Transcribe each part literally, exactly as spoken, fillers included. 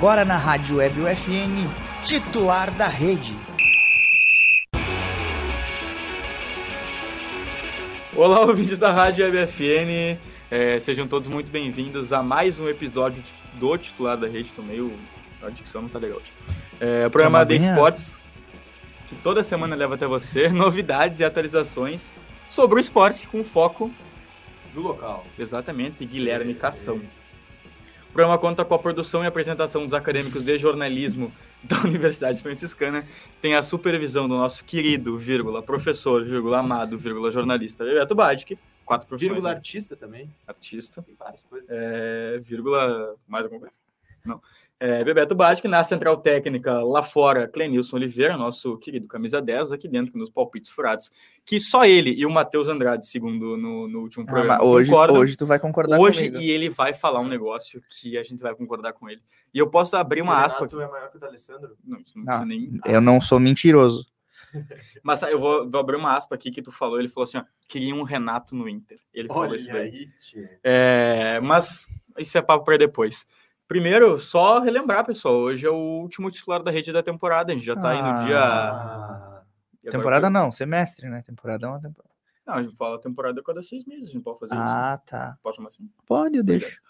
agora na Rádio Web U F N, titular da rede. Olá, ouvintes da Rádio Web U F N, é, sejam todos muito bem-vindos a mais um episódio do Titular da Rede. Tô meio... a dicção não tá legal hoje. É, o programa The Sports, que toda semana leva até você novidades e atualizações sobre o esporte com foco do local. Exatamente, Guilherme Cação. O programa conta com a produção e apresentação dos acadêmicos de jornalismo da Universidade Franciscana, tem a supervisão do nosso querido, vírgula, professor, vírgula, amado, vírgula, jornalista, Bebeto Badic, quatro profissões. Vírgula, artista também. Artista. Tem várias coisas. É, vírgula, mais alguma coisa? Não. É, Bebeto Badic, na central técnica lá fora, Clenilson Oliveira, nosso querido camisa dez, aqui dentro nos palpites furados, que só ele e o Matheus Andrade, segundo no, no último programa, ah, hoje, concordam. Hoje tu vai concordar hoje, comigo. E ele vai falar um negócio que a gente vai concordar com ele. E eu posso abrir uma o aspa... O Renato é maior que o D'Alessandro? Não, isso não, não precisa nem... Eu não sou mentiroso. Mas eu vou, vou abrir uma aspa aqui que tu falou. Ele falou assim, ó, queria um Renato no Inter. Ele Olha falou isso daí. Aí, é, mas isso é papo para depois. Primeiro, só relembrar, pessoal, hoje é o último titular da rede da temporada, a gente já tá ah, aí no dia... Temporada agora... não, semestre, né? Temporada é uma temporada. Não, a gente fala temporada a cada seis meses, a gente pode fazer ah, isso. Ah, tá. Pode chamar assim? Pode, eu deixo.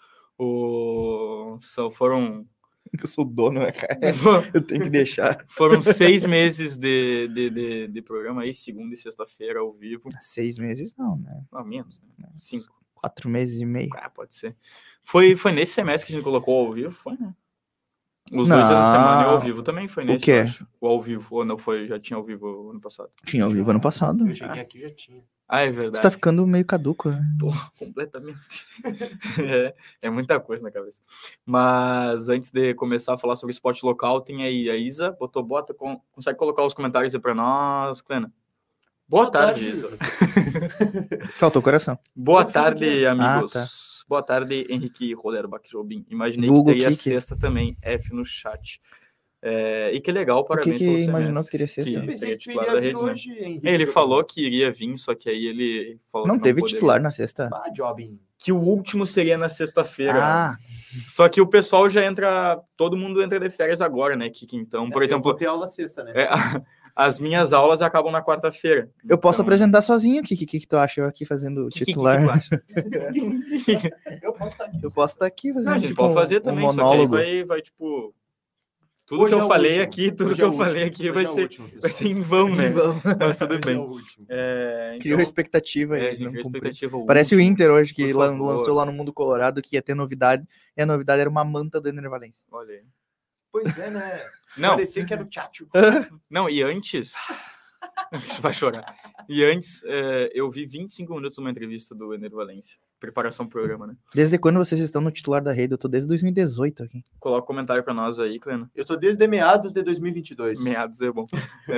O... Só foram... Eu sou dono, né, cara? Eu tenho que deixar. Foram seis meses de, de, de, de programa aí, segunda e sexta-feira ao vivo. Seis meses não, né? Não, menos, né? Cinco. Quatro meses e meio. Ah, pode ser. Foi, foi nesse semestre que a gente colocou ao vivo, foi, né? Os não. dois dias da semana e ao vivo também foi nesse. O quê? O ao vivo, ou não foi, já tinha ao vivo ano passado? Tinha ao vivo ano passado. Eu cheguei ah. aqui e já tinha. Ah, é verdade. Você tá ficando meio caduco, né? Tô, completamente. é, é muita coisa na cabeça. Mas antes de começar a falar sobre esporte local, tem aí a Isa, botou bota, com, consegue colocar os comentários aí pra nós, Clena? Boa, Boa tarde, tarde, Isa. Faltou o coração. Boa tarde, amigos. Ah, tá. Boa tarde, Henrique Roderbach Jobim. Imaginei Vulgo que teria Kiki. sexta também, F no chat. É, e que legal, parabéns pelo semestre. Imaginou que teria sexta? Que Eu teria que titular da rede, hoje, né? Henrique, Ele falou que iria vir, só que aí ele falou não, que não teve poderia. titular na sexta. Ah, Jobim. Que o último seria na sexta-feira. Ah. Só que o pessoal já entra, todo mundo entra de férias agora, né, Kiki? Então, por é, exemplo... Eu vou ter aula sexta, né? É, as minhas aulas acabam na quarta-feira. Eu posso então... apresentar sozinho, o que, que, que tu acha? Eu aqui fazendo titular. Que que que eu posso estar aqui. Eu posso estar aqui fazendo não, a gente tipo, pode fazer um, também, um monólogo. Só que aí vai, vai tipo... Tudo Hoje que eu é falei último. aqui, tudo Hoje que é eu último. falei aqui vai Hoje ser, é último, vai ser em vão, né? Em vão. Mas tudo bem. É é, então... Criou expectativa aí. É, gente, expectativa Parece último, o Inter hoje, que lan- lançou lá no Mundo Colorado que ia ter novidade, e a novidade era uma manta do Ener Valencia. Olha aí. Pois é, né? Não. Parecia que era o Tchatcho. Não, e antes... vai chorar. E antes, é, eu vi vinte e cinco minutos de uma entrevista do Ener Valencia. Preparação pro programa, né? Desde quando vocês estão no titular da rede? Eu tô desde dois mil e dezoito aqui. Coloca um comentário pra nós aí, Clena. Eu tô desde meados de dois mil e vinte e dois. Meados é bom.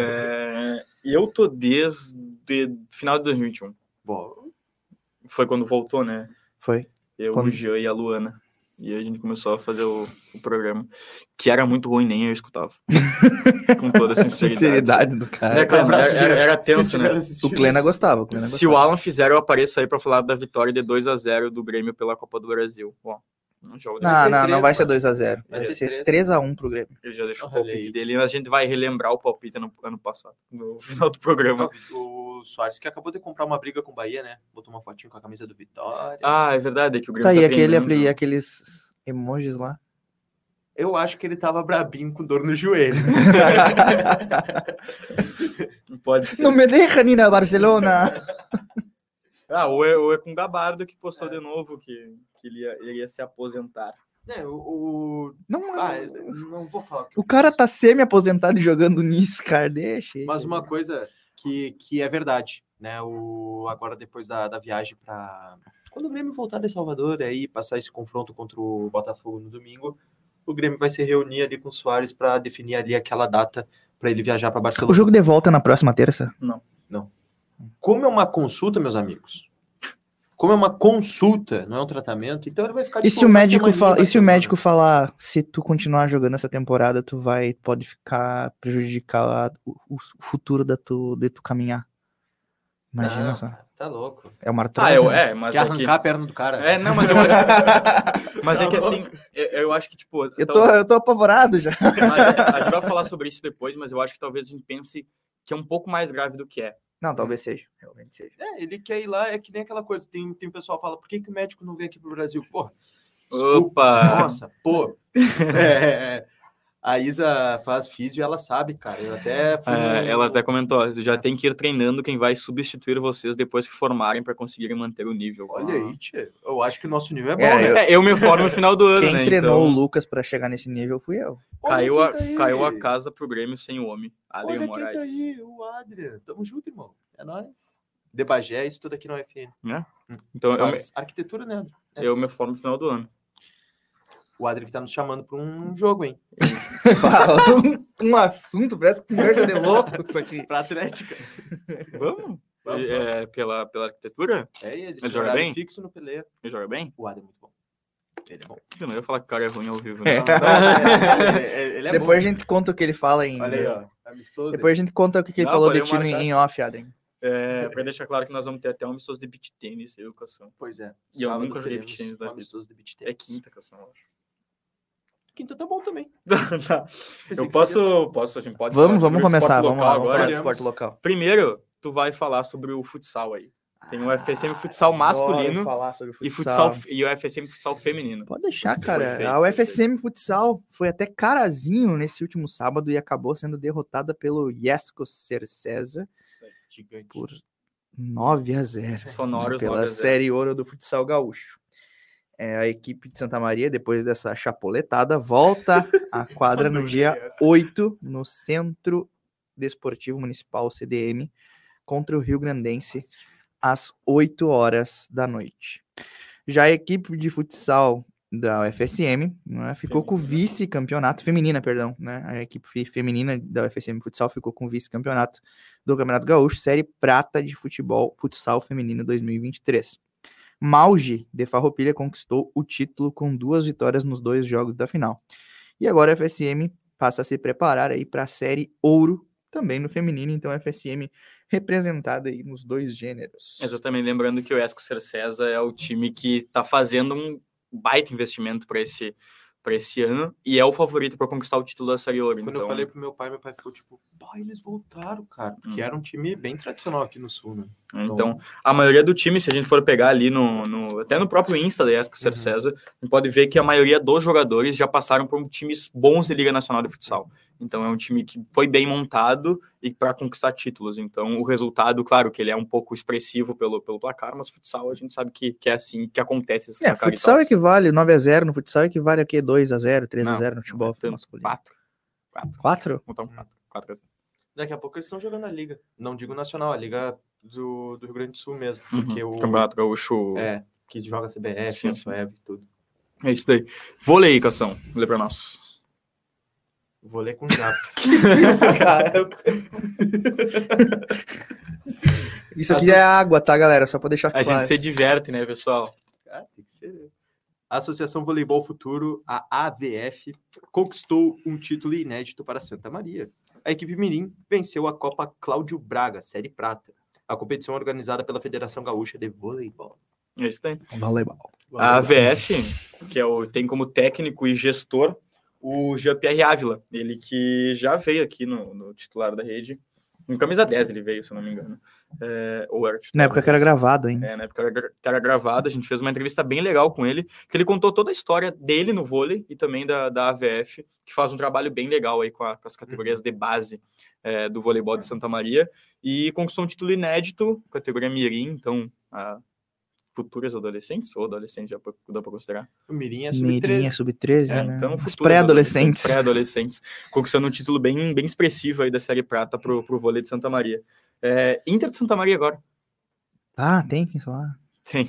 É, e eu tô desde final de dois mil e vinte e um. Bom. Foi quando voltou, né? Foi. Eu, quando... o Jean e a Luana. E a gente começou a fazer o, o programa. Que era muito ruim, nem eu escutava. Com toda a sinceridade. sinceridade do cara. É, Clena, era, era, era tenso, né? O Clena gostava. O Clena Se gostava. o Alan fizer, eu apareço aí pra falar da vitória de dois a zero do Grêmio pela Copa do Brasil. Ó, não jogo Não, vai não, três, não vai ser mano. dois a zero. Vai Vai ser ser três a um pro Grêmio. Ele já deixou Oh, o palpite leite. dele. A gente vai relembrar o palpite no ano passado, no final do programa. O Soares que acabou de comprar uma briga com o Bahia, né? Botou uma fotinho com a camisa do Vitória. Ah, é verdade, é que o Grêmio Tá, tá e aquele, treinando. e aqueles emojis lá? Eu acho que ele tava brabinho com dor no joelho. Pode ser. Não me deixa, Nina Barcelona! Ah, ou é, ou é com o Gabardo que postou é. de novo que, que ele, ia, ele ia se aposentar. É, o, o... Não, ah, não vou falar. O cara tá semi-aposentado e jogando nisso, cara, deixa. Mas uma coisa que, que é verdade, né? O, agora, depois da, da viagem para... Quando o Grêmio voltar de Salvador, aí passar esse confronto contra o Botafogo no domingo, o Grêmio vai se reunir ali com o Soares para definir ali aquela data para ele viajar para Barcelona. O jogo de volta é na próxima terça? Não. Não. Como é uma consulta, meus amigos, como é uma consulta, não é um tratamento, então ele vai ficar... E se o médico, fala, e se o médico falar, se tu continuar jogando essa temporada, tu vai, pode ficar, prejudicar o, o futuro da tu, de tu caminhar? Imagina não, só. Tá, Tá louco. É uma Ah, artrose. eu, né? é, mas Quer é arrancar que... a perna do cara. É, não, mas eu acho... mas é que assim, eu, eu acho que, tipo... Eu tô, eu tô apavorado já. Mas a gente vai falar sobre isso depois, mas eu acho que talvez a gente pense que é um pouco mais grave do que é. Não, talvez seja. Realmente seja. É, ele quer ir lá, é que nem aquela coisa. Tem, tem pessoal que fala, por que, que o médico não vem aqui pro Brasil? Porra. Opa! Nossa, pô. É, a Isa faz físio e ela sabe, cara. Eu até fui É, no... ela até comentou, ó, já tem que ir treinando quem vai substituir vocês depois que formarem para conseguirem manter o nível. Olha aí, tia. Eu acho que o nosso nível é bom, É, né? eu- É, eu me formo no final do ano, Quem né? treinou Então, o Lucas pra chegar nesse nível fui eu. caiu, Olha a, quem tá aí. caiu a casa pro Grêmio sem o homem, Adrian Olha Moraes. quem tá aí, o Adrian. Tamo junto, irmão. É nóis. De Bagé, isso tudo aqui no U F N. Né? Então, eu me, Faz arquitetura, né, André? É. eu me formo no final do ano. O Adrian que tá nos chamando pra um jogo, hein? um, um assunto, parece que conversa de louco isso aqui. Pra Atlética. Vamos? Vamos, É, pela, pela arquitetura? É, e eles Ele têm joga horário bem? fixo no peleiro. Ele joga bem? O Adrian é muito bom. Ele é bom. Eu não ia falar que o cara é ruim ao vivo, né? É. ele, é- ele é Depois bom. a gente conta o que ele fala em. Olha aí, ó. Amistoso. Depois a gente conta o que, que ele Não, falou de podemos time marcar em off, Adrien. É, pra deixar claro que nós vamos ter até um amistoso de beach tênis e educação. Pois é. E eu Sábado nunca joguei teremos beach tennis da um vida. amistoso de beach É tennis. quinta, Cação, eu acho. Quinta tá bom também. Tá. Pensei Eu que seria posso, posso, a gente pode Vamos, falar vamos sobre o começar. esporte Vamos local lá, vamos falar agora. de esporte local. Primeiro, tu vai falar sobre o futsal aí. Tem o U F S M futsal masculino Adoro falar sobre e, futsal. futsal, e o U F S M futsal feminino. Pode deixar, cara. Perfeito, A U F S M Futsal foi até carazinho nesse último sábado e acabou sendo derrotada pelo Jesko Cercesa Gigante. por nove a zero. Sonoros Pela nove a zero. Série Ouro do Futsal Gaúcho. É, a equipe de Santa Maria, depois dessa chapoletada, volta à quadra no dia oito, no Centro Desportivo Municipal C D M, contra o Rio Grandense, às oito horas da noite. Já a equipe de futsal da U F S M, né, ficou com o vice-campeonato, feminina, perdão, né, a equipe fe- feminina da U F S M Futsal ficou com o vice-campeonato do Campeonato Gaúcho, Série Prata de Futebol Futsal Feminino dois mil e vinte e três. Mauge de Farroupilha conquistou o título com duas vitórias nos dois jogos da final. E agora a U F S M passa a se preparar aí para a Série Ouro, também no feminino, então a U F S M representada aí nos dois gêneros. Exatamente, lembrando que o Esco Cercesa é o time que está fazendo um baita investimento para esse, para esse ano e é o favorito para conquistar o título da Série Ouro. Quando então... eu falei pro meu pai, meu pai ficou tipo, pai, eles voltaram, cara. Porque Hum. era um time bem tradicional aqui no Sul, né? Então, a maioria do time, se a gente for pegar ali no, no até no próprio Insta da Esco Cercesa, a gente pode ver que a maioria dos jogadores já passaram por times bons de Liga Nacional de Futsal. Então, é um time que foi bem montado e para conquistar títulos. Então, o resultado, claro, que ele é um pouco expressivo pelo, pelo placar, mas futsal a gente sabe que, que é assim que acontece. Esse É, placar e futsal tal. equivale nove a zero no futsal, equivale a quê? dois a zero, três a Não, zero no futebol Tanto, masculino. quatro. Quatro. quatro? Vou botar um quatro. quatro a zero. Daqui a pouco eles estão jogando a Liga. Não digo nacional, a Liga do, do Rio Grande do Sul mesmo. Uhum. Porque o. Campeonato Gaúcho. É, que joga C B F, Sim, a sim. Suev e tudo. É isso daí. Vôlei, Cação. Lê pra nós. Vou ler com jato. Isso aqui é água, tá, galera? Só pra deixar A claro. gente se diverte, né, pessoal? Ah, tem que ser. A Associação Voleibol Futuro, a A V F, conquistou um título inédito para Santa Maria. A equipe Mirim venceu a Copa Cláudio Braga, Série Prata. A competição é organizada pela Federação Gaúcha de Voleibol. É isso daí. Voleibol. A A V F, que é o, tem como técnico e gestor o Jean-Pierre Ávila, ele que já veio aqui no, no titular da rede, em camisa dez ele veio, se eu não me engano. É, ou era titular Na época que era gravado ainda. É, na época que era, que era gravado, a gente fez uma entrevista bem legal com ele, que ele contou toda a história dele no vôlei e também da, da A V F, que faz um trabalho bem legal aí com, a, com as categorias de base é, do voleibol de Santa Maria, e conquistou um título inédito, categoria Mirim, então a futuras adolescentes, ou adolescentes já dá para considerar. O Mirim é Mirim é sub treze. sub treze, É, né? então, Os futuros pré-adolescentes. Pré-adolescentes, conquistando um título bem, bem expressivo aí da Série Prata pro, pro vôlei de Santa Maria. É, Inter de Santa Maria agora. Ah, tem que falar. Tem.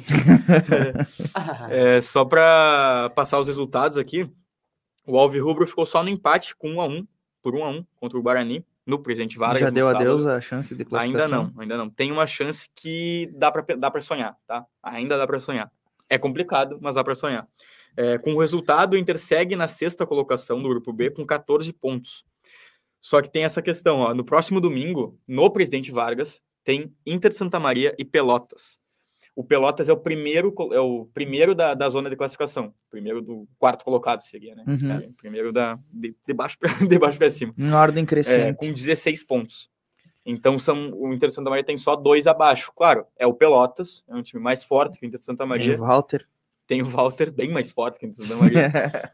É, só para passar os resultados aqui, o Alvirrubro ficou só no empate com um a um, por um a um, contra o Guarani, no Presidente Vargas. Já no deu sábado. adeus a chance de classificação? Ainda não, ainda não. Tem uma chance que dá para dá para sonhar, tá? Ainda dá para sonhar. É complicado, mas dá para sonhar. É, com o resultado, o Inter segue na sexta colocação do Grupo B com catorze pontos. Só que tem essa questão, ó, no próximo domingo, no Presidente Vargas, tem Inter de Santa Maria e Pelotas. O Pelotas é o primeiro, é o primeiro da, da zona de classificação. Primeiro do quarto colocado seria, né? Uhum. É, primeiro da, de, de baixo para cima. Em ordem crescente. É, com dezesseis pontos. Então são, o Inter de Santa Maria tem só dois abaixo. Claro, é o Pelotas, é um time mais forte que o Inter de Santa Maria. Tem o Walter. Tem o Walter, bem mais forte que o Inter de Santa Maria.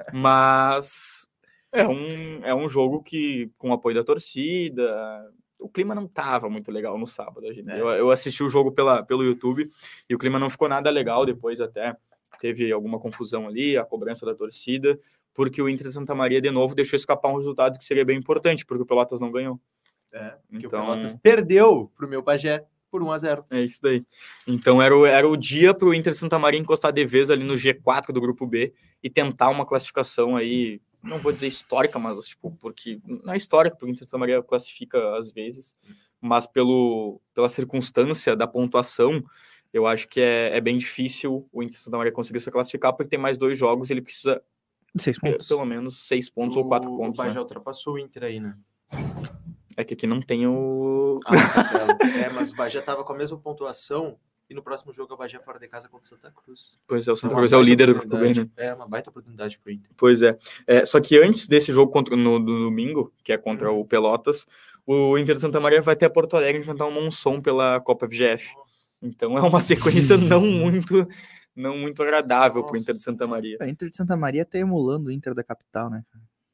Mas é um, é um jogo que, com o apoio da torcida... O clima não tava muito legal no sábado. Gente. É. Eu, eu assisti o jogo pela, pelo YouTube e o clima não ficou nada legal. Depois até teve alguma confusão ali, a cobrança da torcida, porque o Inter de Santa Maria, de novo, deixou escapar um resultado que seria bem importante, porque o Pelotas não ganhou. É, porque então... o Pelotas perdeu pro meu Bagé por um a zero. É isso daí. Então era o, era o dia pro Inter de Santa Maria encostar de vez ali no G quatro do Grupo B e tentar uma classificação aí... Não vou dizer histórica, mas tipo, porque não é histórica, porque o Inter de Santa Maria classifica às vezes, mas pelo, pela circunstância da pontuação, eu acho que é, é bem difícil o Inter de Santa Maria conseguir se classificar, porque tem mais dois jogos e ele precisa seis pontos. Pelo menos seis pontos o, ou quatro pontos. O Bagé né? ultrapassou o Inter aí, né? É que aqui não tem o... Ah, é, mas o Bagé tava com a mesma pontuação. E no próximo jogo, o Bagé fora de casa contra o Santa Cruz. Pois é, o Santa Cruz é o líder do Grupo B, né? É, uma baita oportunidade pro Inter. Pois é. é. Só que antes desse jogo contra, no, no domingo, que é contra uhum. o Pelotas, o Inter de Santa Maria vai até Porto Alegre enfrentar o Monson pela Copa V G F. Nossa. Então é uma sequência não muito, não muito agradável Nossa. pro Inter de Santa Maria. O Inter de Santa Maria tá emulando o Inter da capital, né?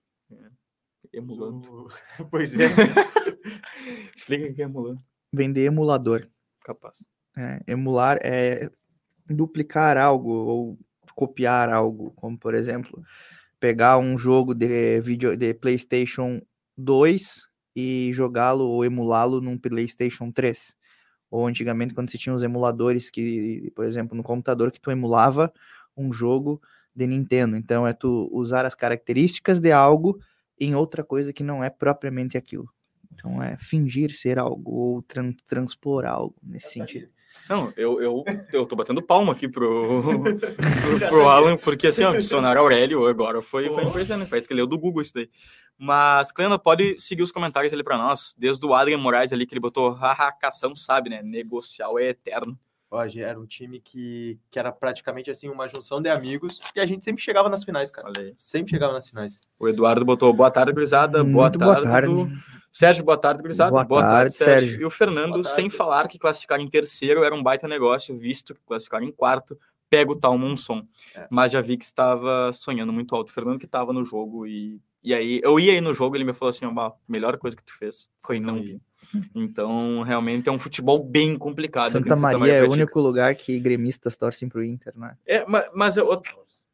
É. Emulando. Pois é. Explica o que é emulando. Vender emulador. Capaz. É, emular é duplicar algo ou copiar algo, como por exemplo, pegar um jogo de vídeo de PlayStation dois e jogá-lo ou emulá-lo num PlayStation três. Ou antigamente quando se tinha os emuladores que, por exemplo, no computador que tu emulava um jogo de Nintendo. Então é tu usar as características de algo em outra coisa que não é propriamente aquilo. Então é fingir ser algo ou tran- transpor algo nesse sentido. Não, eu, eu, eu tô batendo palma aqui pro, pro, pro Alan, porque assim, ó, o dicionário Aurélio agora foi, foi impressionante, parece que leu do Google isso daí. Mas, Cleana, pode seguir os comentários ali pra nós, desde o Adrian Moraes ali, que ele botou, haha, cação sabe, né, negocial é eterno. Hoje era um time que, que era praticamente assim uma junção de amigos e a gente sempre chegava nas finais, cara. Olha aí. Sempre chegava nas finais. O Eduardo botou boa tarde, gurizada. Boa Muito tarde. Boa tarde. Do... Sérgio, boa tarde, gurizada. Boa, boa tarde, tarde Sérgio. Sérgio. E o Fernando, sem falar que classificar em terceiro era um baita negócio, visto que classificar em quarto pega o tal Monson. É. Mas já vi que estava sonhando muito alto. O Fernando que estava no jogo e... E aí, eu ia aí no jogo, ele me falou assim, ó, a melhor coisa que tu fez foi não vir. Então, realmente é um futebol bem complicado. Santa, Santa Maria, Maria é o único lugar que gremistas torcem pro Inter, né? É, mas, mas é outra...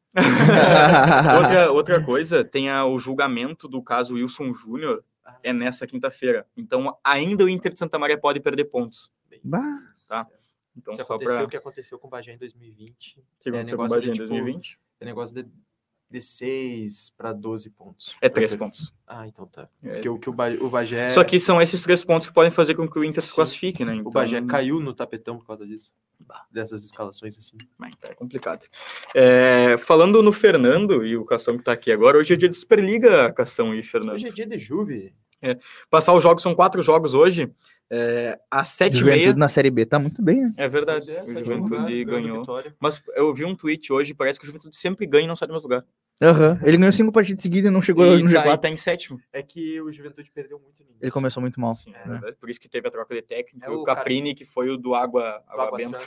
outra, outra coisa, tem a, o julgamento do caso Wilson Júnior, é nessa quinta-feira. Então, ainda o Inter de Santa Maria pode perder pontos. Bah. Tá? Então, Se só aconteceu pra... o que aconteceu com o Bagé em dois mil e vinte. O que aconteceu com o Bagé em dois mil e vinte? É negócio de... de seis para doze pontos. É três pontos. Ah, então tá. É. Porque o, que o, ba- o Bagé... Só que são esses três pontos que podem fazer com que o Inter Sim. se classifique, né? Então... O Bagé caiu no tapetão por causa disso. Dessas escalações assim. É complicado. É, falando no Fernando e o Cação que tá aqui agora, hoje é dia de Superliga, Cação e Fernando. Hoje é dia de Juve. É. Passar os jogos, são quatro jogos hoje. É, às sete e meia... Juventude na Série B tá muito bem, né? É verdade, é, o Juventude ganhou. Mas eu vi um tweet hoje, parece que o Juventude sempre ganha e não sai do mesmo lugar. Aham, uhum. Ele ganhou cinco partidas seguidas e não chegou e no tá, G quatro. E tá em sétimo. É que o Juventude perdeu muito nisso. Ele começou muito mal. Sim, é, né? É por isso que teve a troca de técnico. É o, o Caprini, cara... que foi o do Água, água, água Benta.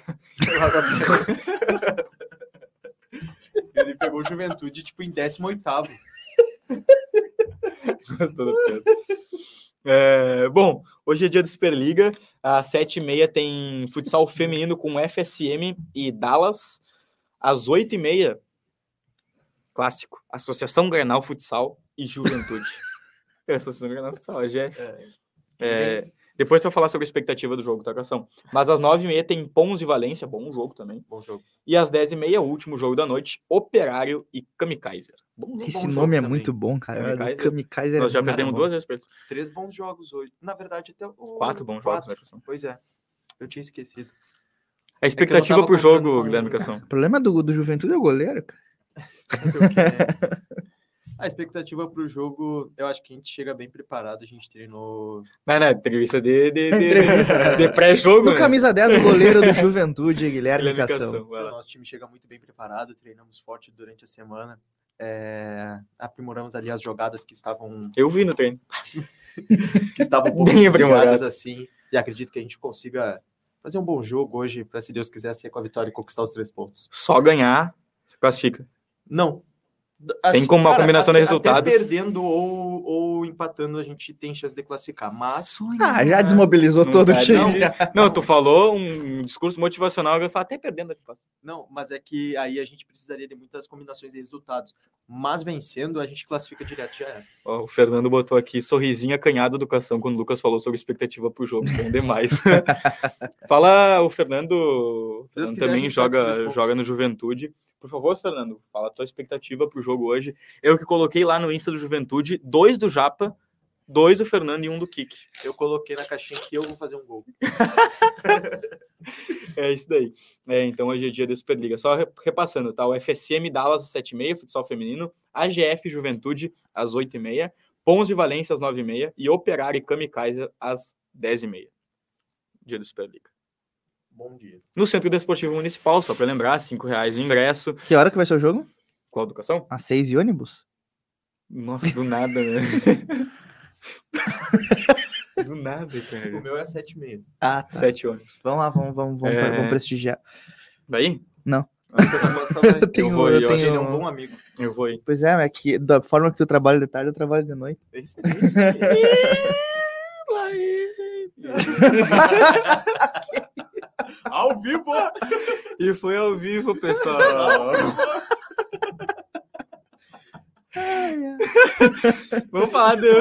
Ele pegou o Juventude, tipo, em décimo oitavo. Gostou da piada. É, bom, hoje é dia de Superliga. Às sete e meia tem futsal feminino com F S M e Dallas. Às oito e meia, clássico, Associação Grenal Futsal e Juventude. Associação Grenal Futsal, a G F. É, é, depois eu vou falar sobre a expectativa do jogo, tá, Cação? Mas às nove e meia tem Pons e Valência, bom jogo também. Bom jogo. E às dez e meia, o último jogo da noite, Operário e Kamikaiser. Bom, Esse bom nome é também. Muito bom, cara. Kamikaiser. Kamikaiser Nós já é perdemos duas vezes pra eles. Três bons jogos hoje. Na verdade, até o... Quatro bons Quatro. jogos, né? Pois é. Eu tinha esquecido. A expectativa é pro jogo, Guilherme Cação. O problema do, do Juventude é o goleiro, cara. Mas eu quero... A expectativa pro jogo, eu acho que a gente chega bem preparado, a gente treinou... Não, não, entrevista de, de, de, Entrevista. de pré-jogo, No né? camisa dez, o goleiro do Juventude, Guilherme Guilherme Cação. Cação, vai O lá. nosso time chega muito bem preparado, treinamos forte durante a semana, é, aprimoramos ali as jogadas que estavam, Eu vi no treino. que estavam um pouco Bem desligadas aprimorado. assim, e acredito que a gente consiga fazer um bom jogo hoje, para se Deus quiser, ser com a vitória e conquistar os três pontos. Só ganhar, você classifica. Não. Tem como uma combinação de até- resultados. Até perdendo ou, ou empatando, a gente tem chance de classificar, mas... Ah, já desmobilizou Não todo tá, o time. Não, não, tu falou um discurso motivacional, eu ia falar até perdendo. a gente passa. Não, mas é que aí a gente precisaria de muitas combinações de resultados. Mas vencendo, a gente classifica direto, já era. Ó, o Fernando botou aqui sorrisinho acanhado do Cação quando o Lucas falou sobre expectativa pro jogo. Bom demais. Fala, o Fernando, o Deus Fernando quiser, a também gente sai com os joga, três pontos. joga no Juventude. Por favor, Fernando, fala a tua expectativa pro jogo hoje. Eu que coloquei lá no Insta do Juventude, dois do Japa, dois do Fernando e um do Kik. Eu coloquei na caixinha que eu vou fazer um gol. É isso daí. É, então hoje é dia da Superliga. Só re- repassando, tá? O F S M Dallas às sete e meia, futsal feminino. A G F Juventude às oito e meia. Pons de Valência às nove e meia. E Operário e Kamikaze às dez e meia. Dia da Superliga. Bom dia. No Centro Desportivo Municipal, só para lembrar, cinco reais o ingresso. Que hora que vai ser o jogo? Qual educação? Às seis e ônibus? Nossa, do nada, né? Do nada, O cara. meu é sete e meia. Ah, tá. Sete ônibus. Vamos lá, vamos, vamos, vamos, É. vamos prestigiar. Vai ir? Não. Acho que essa moça vai. Eu tenho, vou eu ir, eu tenho... Ele é um bom amigo. Eu vou ir. Pois é, é que da forma que tu trabalha de tarde, eu trabalho de noite. Ao vivo! E foi ao vivo, pessoal. Vamos falar do...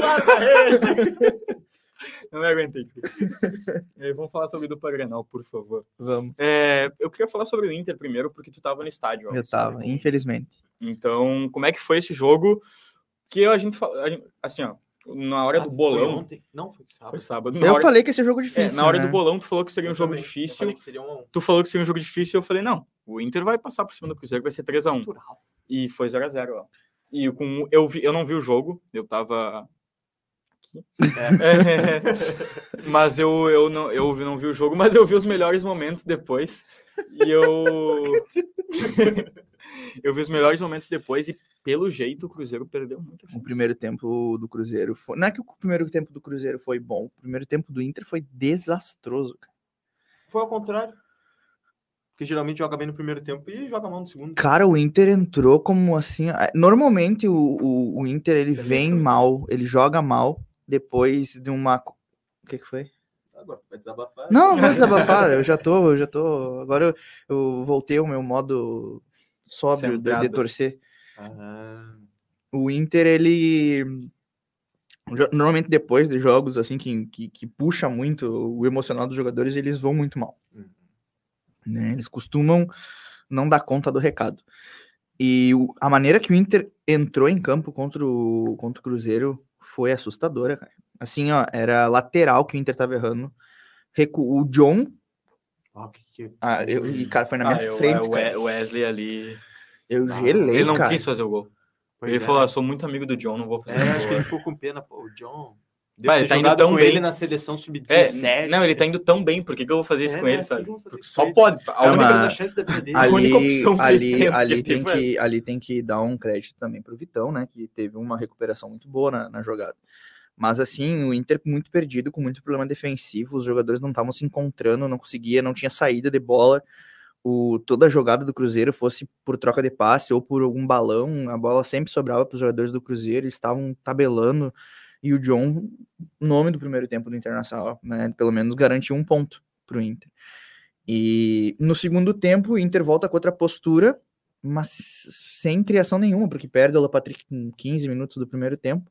Não me aguentei, desculpa. É, vamos falar sobre dupla Grenal, por favor. Vamos. É, eu queria falar sobre o Inter primeiro, porque tu tava no estádio. Eu Alex. tava, infelizmente. Então, como é que foi esse jogo? Que a gente fala, a gente- assim, ó, na hora do Foi bolão, ontem? Não, foi sábado. foi sábado. Na Eu hora, falei que esse jogo é é, difícil, na hora né? do bolão, tu falou que seria um Eu jogo também. Eu difícil. falei que seria um a um. Tu falou que seria um jogo difícil e eu falei, não, o Inter vai passar por cima do Cruzeiro, vai ser três a um. Natural. E foi zero a zero, ó. E com, eu, vi, eu não vi o jogo, eu tava aqui. É, mas eu, eu, não, eu não vi o jogo, mas eu vi os melhores momentos depois. E eu... eu vi os melhores momentos depois e, pelo jeito, o Cruzeiro perdeu muito. O primeiro tempo do Cruzeiro foi... Não é que o primeiro tempo do Cruzeiro foi bom. O primeiro tempo do Inter foi desastroso, cara. Foi ao contrário. Porque geralmente joga bem no primeiro tempo e joga mal no segundo. Cara, o Inter entrou como assim... Normalmente o, o, o Inter, ele Você vem lembra? mal, ele joga mal depois de uma... O que que foi? Agora vai desabafar. Não, não vou desabafar, eu já tô, eu já tô... Agora eu, eu voltei ao meu modo sóbrio de, de Centrado. torcer. Ah, O Inter, ele... jo- Normalmente depois de jogos assim que, que, que puxa muito o emocional dos jogadores, eles vão muito mal. Uhum. Né? Eles costumam não dar conta do recado. E o- a maneira que o Inter entrou em campo contra o, contra o Cruzeiro foi assustadora, cara. Assim, ó, era lateral que o Inter tava errando. Recu... O John... ah, que, que... Ah, eu, e, cara, foi na minha Ah, eu- frente, o cara. o Wesley ali... Eu Ah, gelei, Ele não cara. quis fazer o gol. Pois Ele é. falou, ah, sou muito amigo do John, não vou fazer É, o acho gol. que ele ficou com pena, pô. O John. Vai, Deve ele ter tá indo jogado tão com bem. ele na seleção sub É, dezessete. não, ele tá indo tão bem, por que, que eu vou fazer isso É, com né? ele, Por sabe? que eu vou fazer isso Só com ele? pode. A É única... uma mas- grande chance da vida dele. A única Ali, opção que ali, ele tem- ali, ele tem teve que, ali tem que dar um crédito também pro Vitão, né? Que teve uma recuperação muito boa na, na jogada. Mas assim, o Inter muito perdido, com muito problema defensivo, os jogadores não estavam se encontrando, não conseguia, não tinha saída de bola. O, toda a jogada do Cruzeiro, fosse por troca de passe ou por algum balão, a bola sempre sobrava para os jogadores do Cruzeiro, eles estavam tabelando, e o John, nome do primeiro tempo do Internacional, né? Pelo menos garantiu um ponto pro Inter. E no segundo tempo, o Inter volta com outra postura, mas sem criação nenhuma, porque perde o Alan Patrick em quinze minutos do primeiro tempo.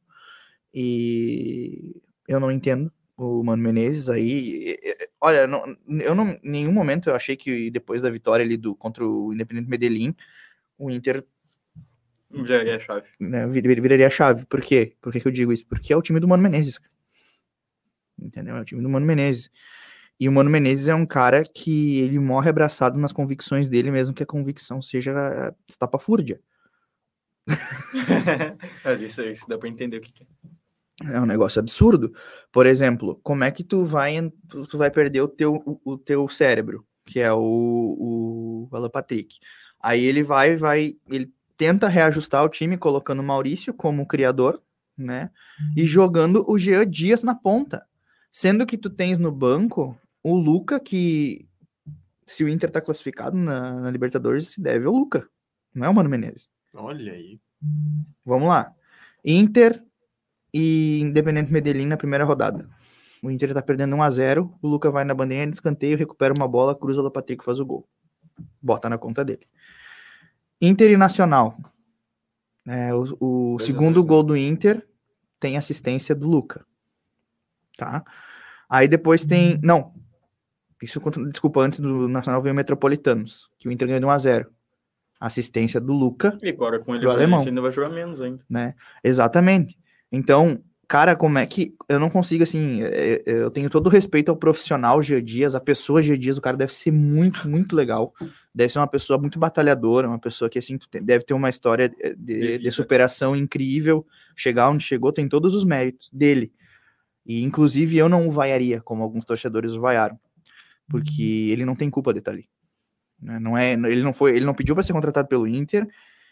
E eu não entendo o Mano Menezes aí. Olha, não, eu não, em nenhum momento eu achei que depois da vitória ali do, contra o Independente Medellín, o Inter, Viraria a chave. né, vir- viraria a chave. Por quê? Por que, que eu digo isso? Porque é o time do Mano Menezes. Entendeu? É o time do Mano Menezes. E o Mano Menezes é um cara que ele morre abraçado nas convicções dele, mesmo que a convicção seja estapafúrdia. Mas isso, isso dá pra entender o que, que é. É um negócio absurdo. Por exemplo, como é que tu vai, tu, tu vai perder o teu, o, o teu cérebro, que é o, o Alan Patrick. Aí ele vai, vai, ele tenta reajustar o time, colocando o Maurício como criador, né? E jogando o Jean Dias na ponta. Sendo que tu tens no banco o Luca, que se o Inter tá classificado na, na Libertadores, se deve ao Luca. Não é o Mano Menezes. Olha aí. Vamos lá. Inter e Independente Medellín na primeira rodada. O Inter tá perdendo um a zero, o Luca vai na bandeirinha de escanteio, recupera uma bola, cruza o Patrick e faz o gol. Bota na conta dele. Inter e Nacional. É, o o segundo dois, gol né? do Inter tem assistência do Luca. Tá? Aí depois tem... Não. Isso, desculpa, antes do Nacional veio o Metropolitanos, que o Inter ganhou de um a zero. Assistência do Luca. E agora com ele alemão, ainda vai jogar menos ainda. Né? Exatamente. Então, cara, como é que... Eu não consigo, assim... Eu tenho todo o respeito ao profissional G Dias, a pessoa G Dias, o cara deve ser muito, muito legal. Deve ser uma pessoa muito batalhadora, uma pessoa que, assim, deve ter uma história de, de superação incrível. Chegar onde chegou, tem todos os méritos dele. E, inclusive, eu não o vaiaria, como alguns torcedores o vaiaram. Porque ele não tem culpa de estar ali. Não é, ele, não foi, ele não pediu para ser contratado pelo Inter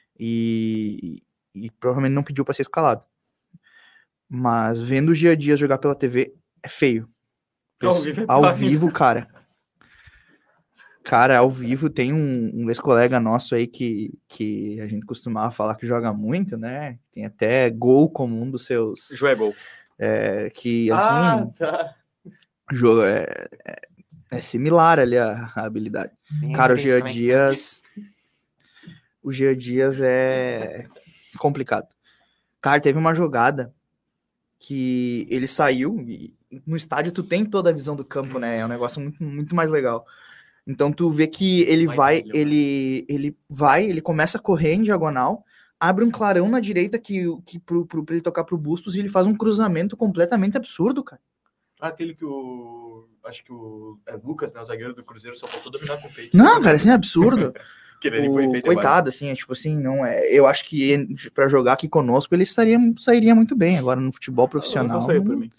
e, e provavelmente não pediu para ser escalado. Mas vendo o Gia Dias jogar pela T V é feio. Ao vivo, é ao vivo cara. Cara, ao vivo tem um, um ex-colega nosso aí que, que a gente costumava falar que joga muito, né? Tem até gol como um dos seus... Joé Gol. É, que, assim... Ah, tá. Jogo é, é, é similar ali a, a habilidade. Bem, cara, o Gia Dias... O Gia Dias é complicado. Cara, teve uma jogada que ele saiu, e no estádio tu tem toda a visão do campo, né? É um negócio muito, muito mais legal. Então tu vê que ele mais vai, melhor. ele ele vai, ele começa a correr em diagonal, abre um clarão na direita que, que pro, pro, pra ele tocar pro Bustos e ele faz um cruzamento completamente absurdo, cara. Ah, aquele que o... Acho que o... É Lucas, né? O zagueiro do Cruzeiro só faltou dominar com o peito. Não, cara, assim, é absurdo. Que ele foi feito coitado, assim, é tipo assim, não é. Eu acho que para jogar aqui conosco ele estaria, sairia muito bem. Agora no futebol profissional. Não, não, não, mim.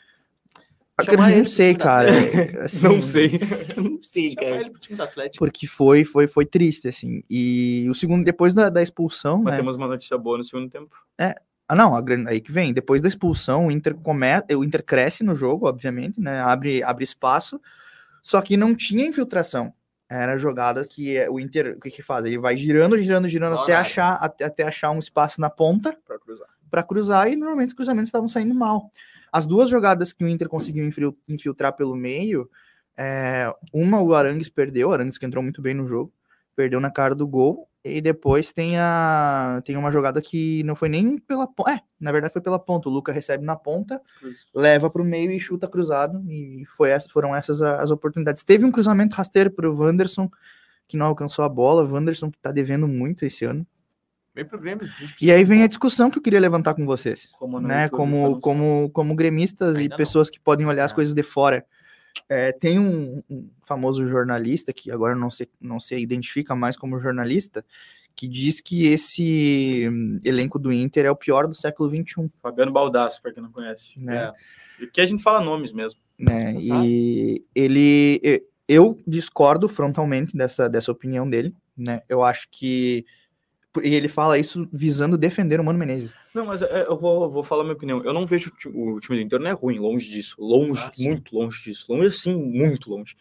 Eu não sei, cara. Assim, não sei. Não sei, cara. Ele pro time do Atlético. Porque foi, foi, foi triste, assim. E o segundo, depois da, da expulsão. Mas né? temos uma notícia boa no segundo tempo. É. Ah, não, aí que vem. Depois da expulsão, o Inter, come... o Inter cresce no jogo, obviamente, né? Abre, abre espaço. Só que não tinha infiltração. Era a jogada que o Inter, o que que faz? Ele vai girando, girando, girando até achar, até, até achar um espaço na ponta para cruzar. Para cruzar, e normalmente os cruzamentos estavam saindo mal. As duas jogadas que o Inter conseguiu infiltrar pelo meio, é, uma o Arangues perdeu, o Arangues que entrou muito bem no jogo, perdeu na cara do gol, e depois tem, a, tem uma jogada que não foi nem pela ponta, é, na verdade foi pela ponta, o Luca recebe na ponta, Isso. leva para o meio e chuta cruzado, e foi essa, foram essas as oportunidades. Teve um cruzamento rasteiro para o Wanderson, que não alcançou a bola, o Wanderson que está devendo muito esse ano. Vem pro Grêmio. E aí vem a discussão que eu queria levantar com vocês, como, né, como, como, como gremistas Ainda e pessoas não. que podem olhar é. as coisas de fora. É, tem um, um famoso jornalista, que agora não se, não se identifica mais como jornalista, que diz que esse elenco do Inter é o pior do século vinte e um. Fabiano Baldasso, para quem não conhece. Né? É. Que a gente fala nomes mesmo. Né? E ele... Eu discordo frontalmente dessa, dessa opinião dele. Né? Eu acho que... E ele fala isso visando defender o Mano Menezes. Não, mas é, eu vou, vou falar a minha opinião. Eu não vejo o, o time do Inter não é ruim, longe disso. Longe, ah, muito longe disso. Longe, assim, muito longe.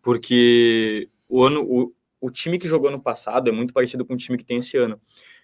Porque o, ano, o, o time que jogou ano passado é muito parecido com o time que tem esse ano.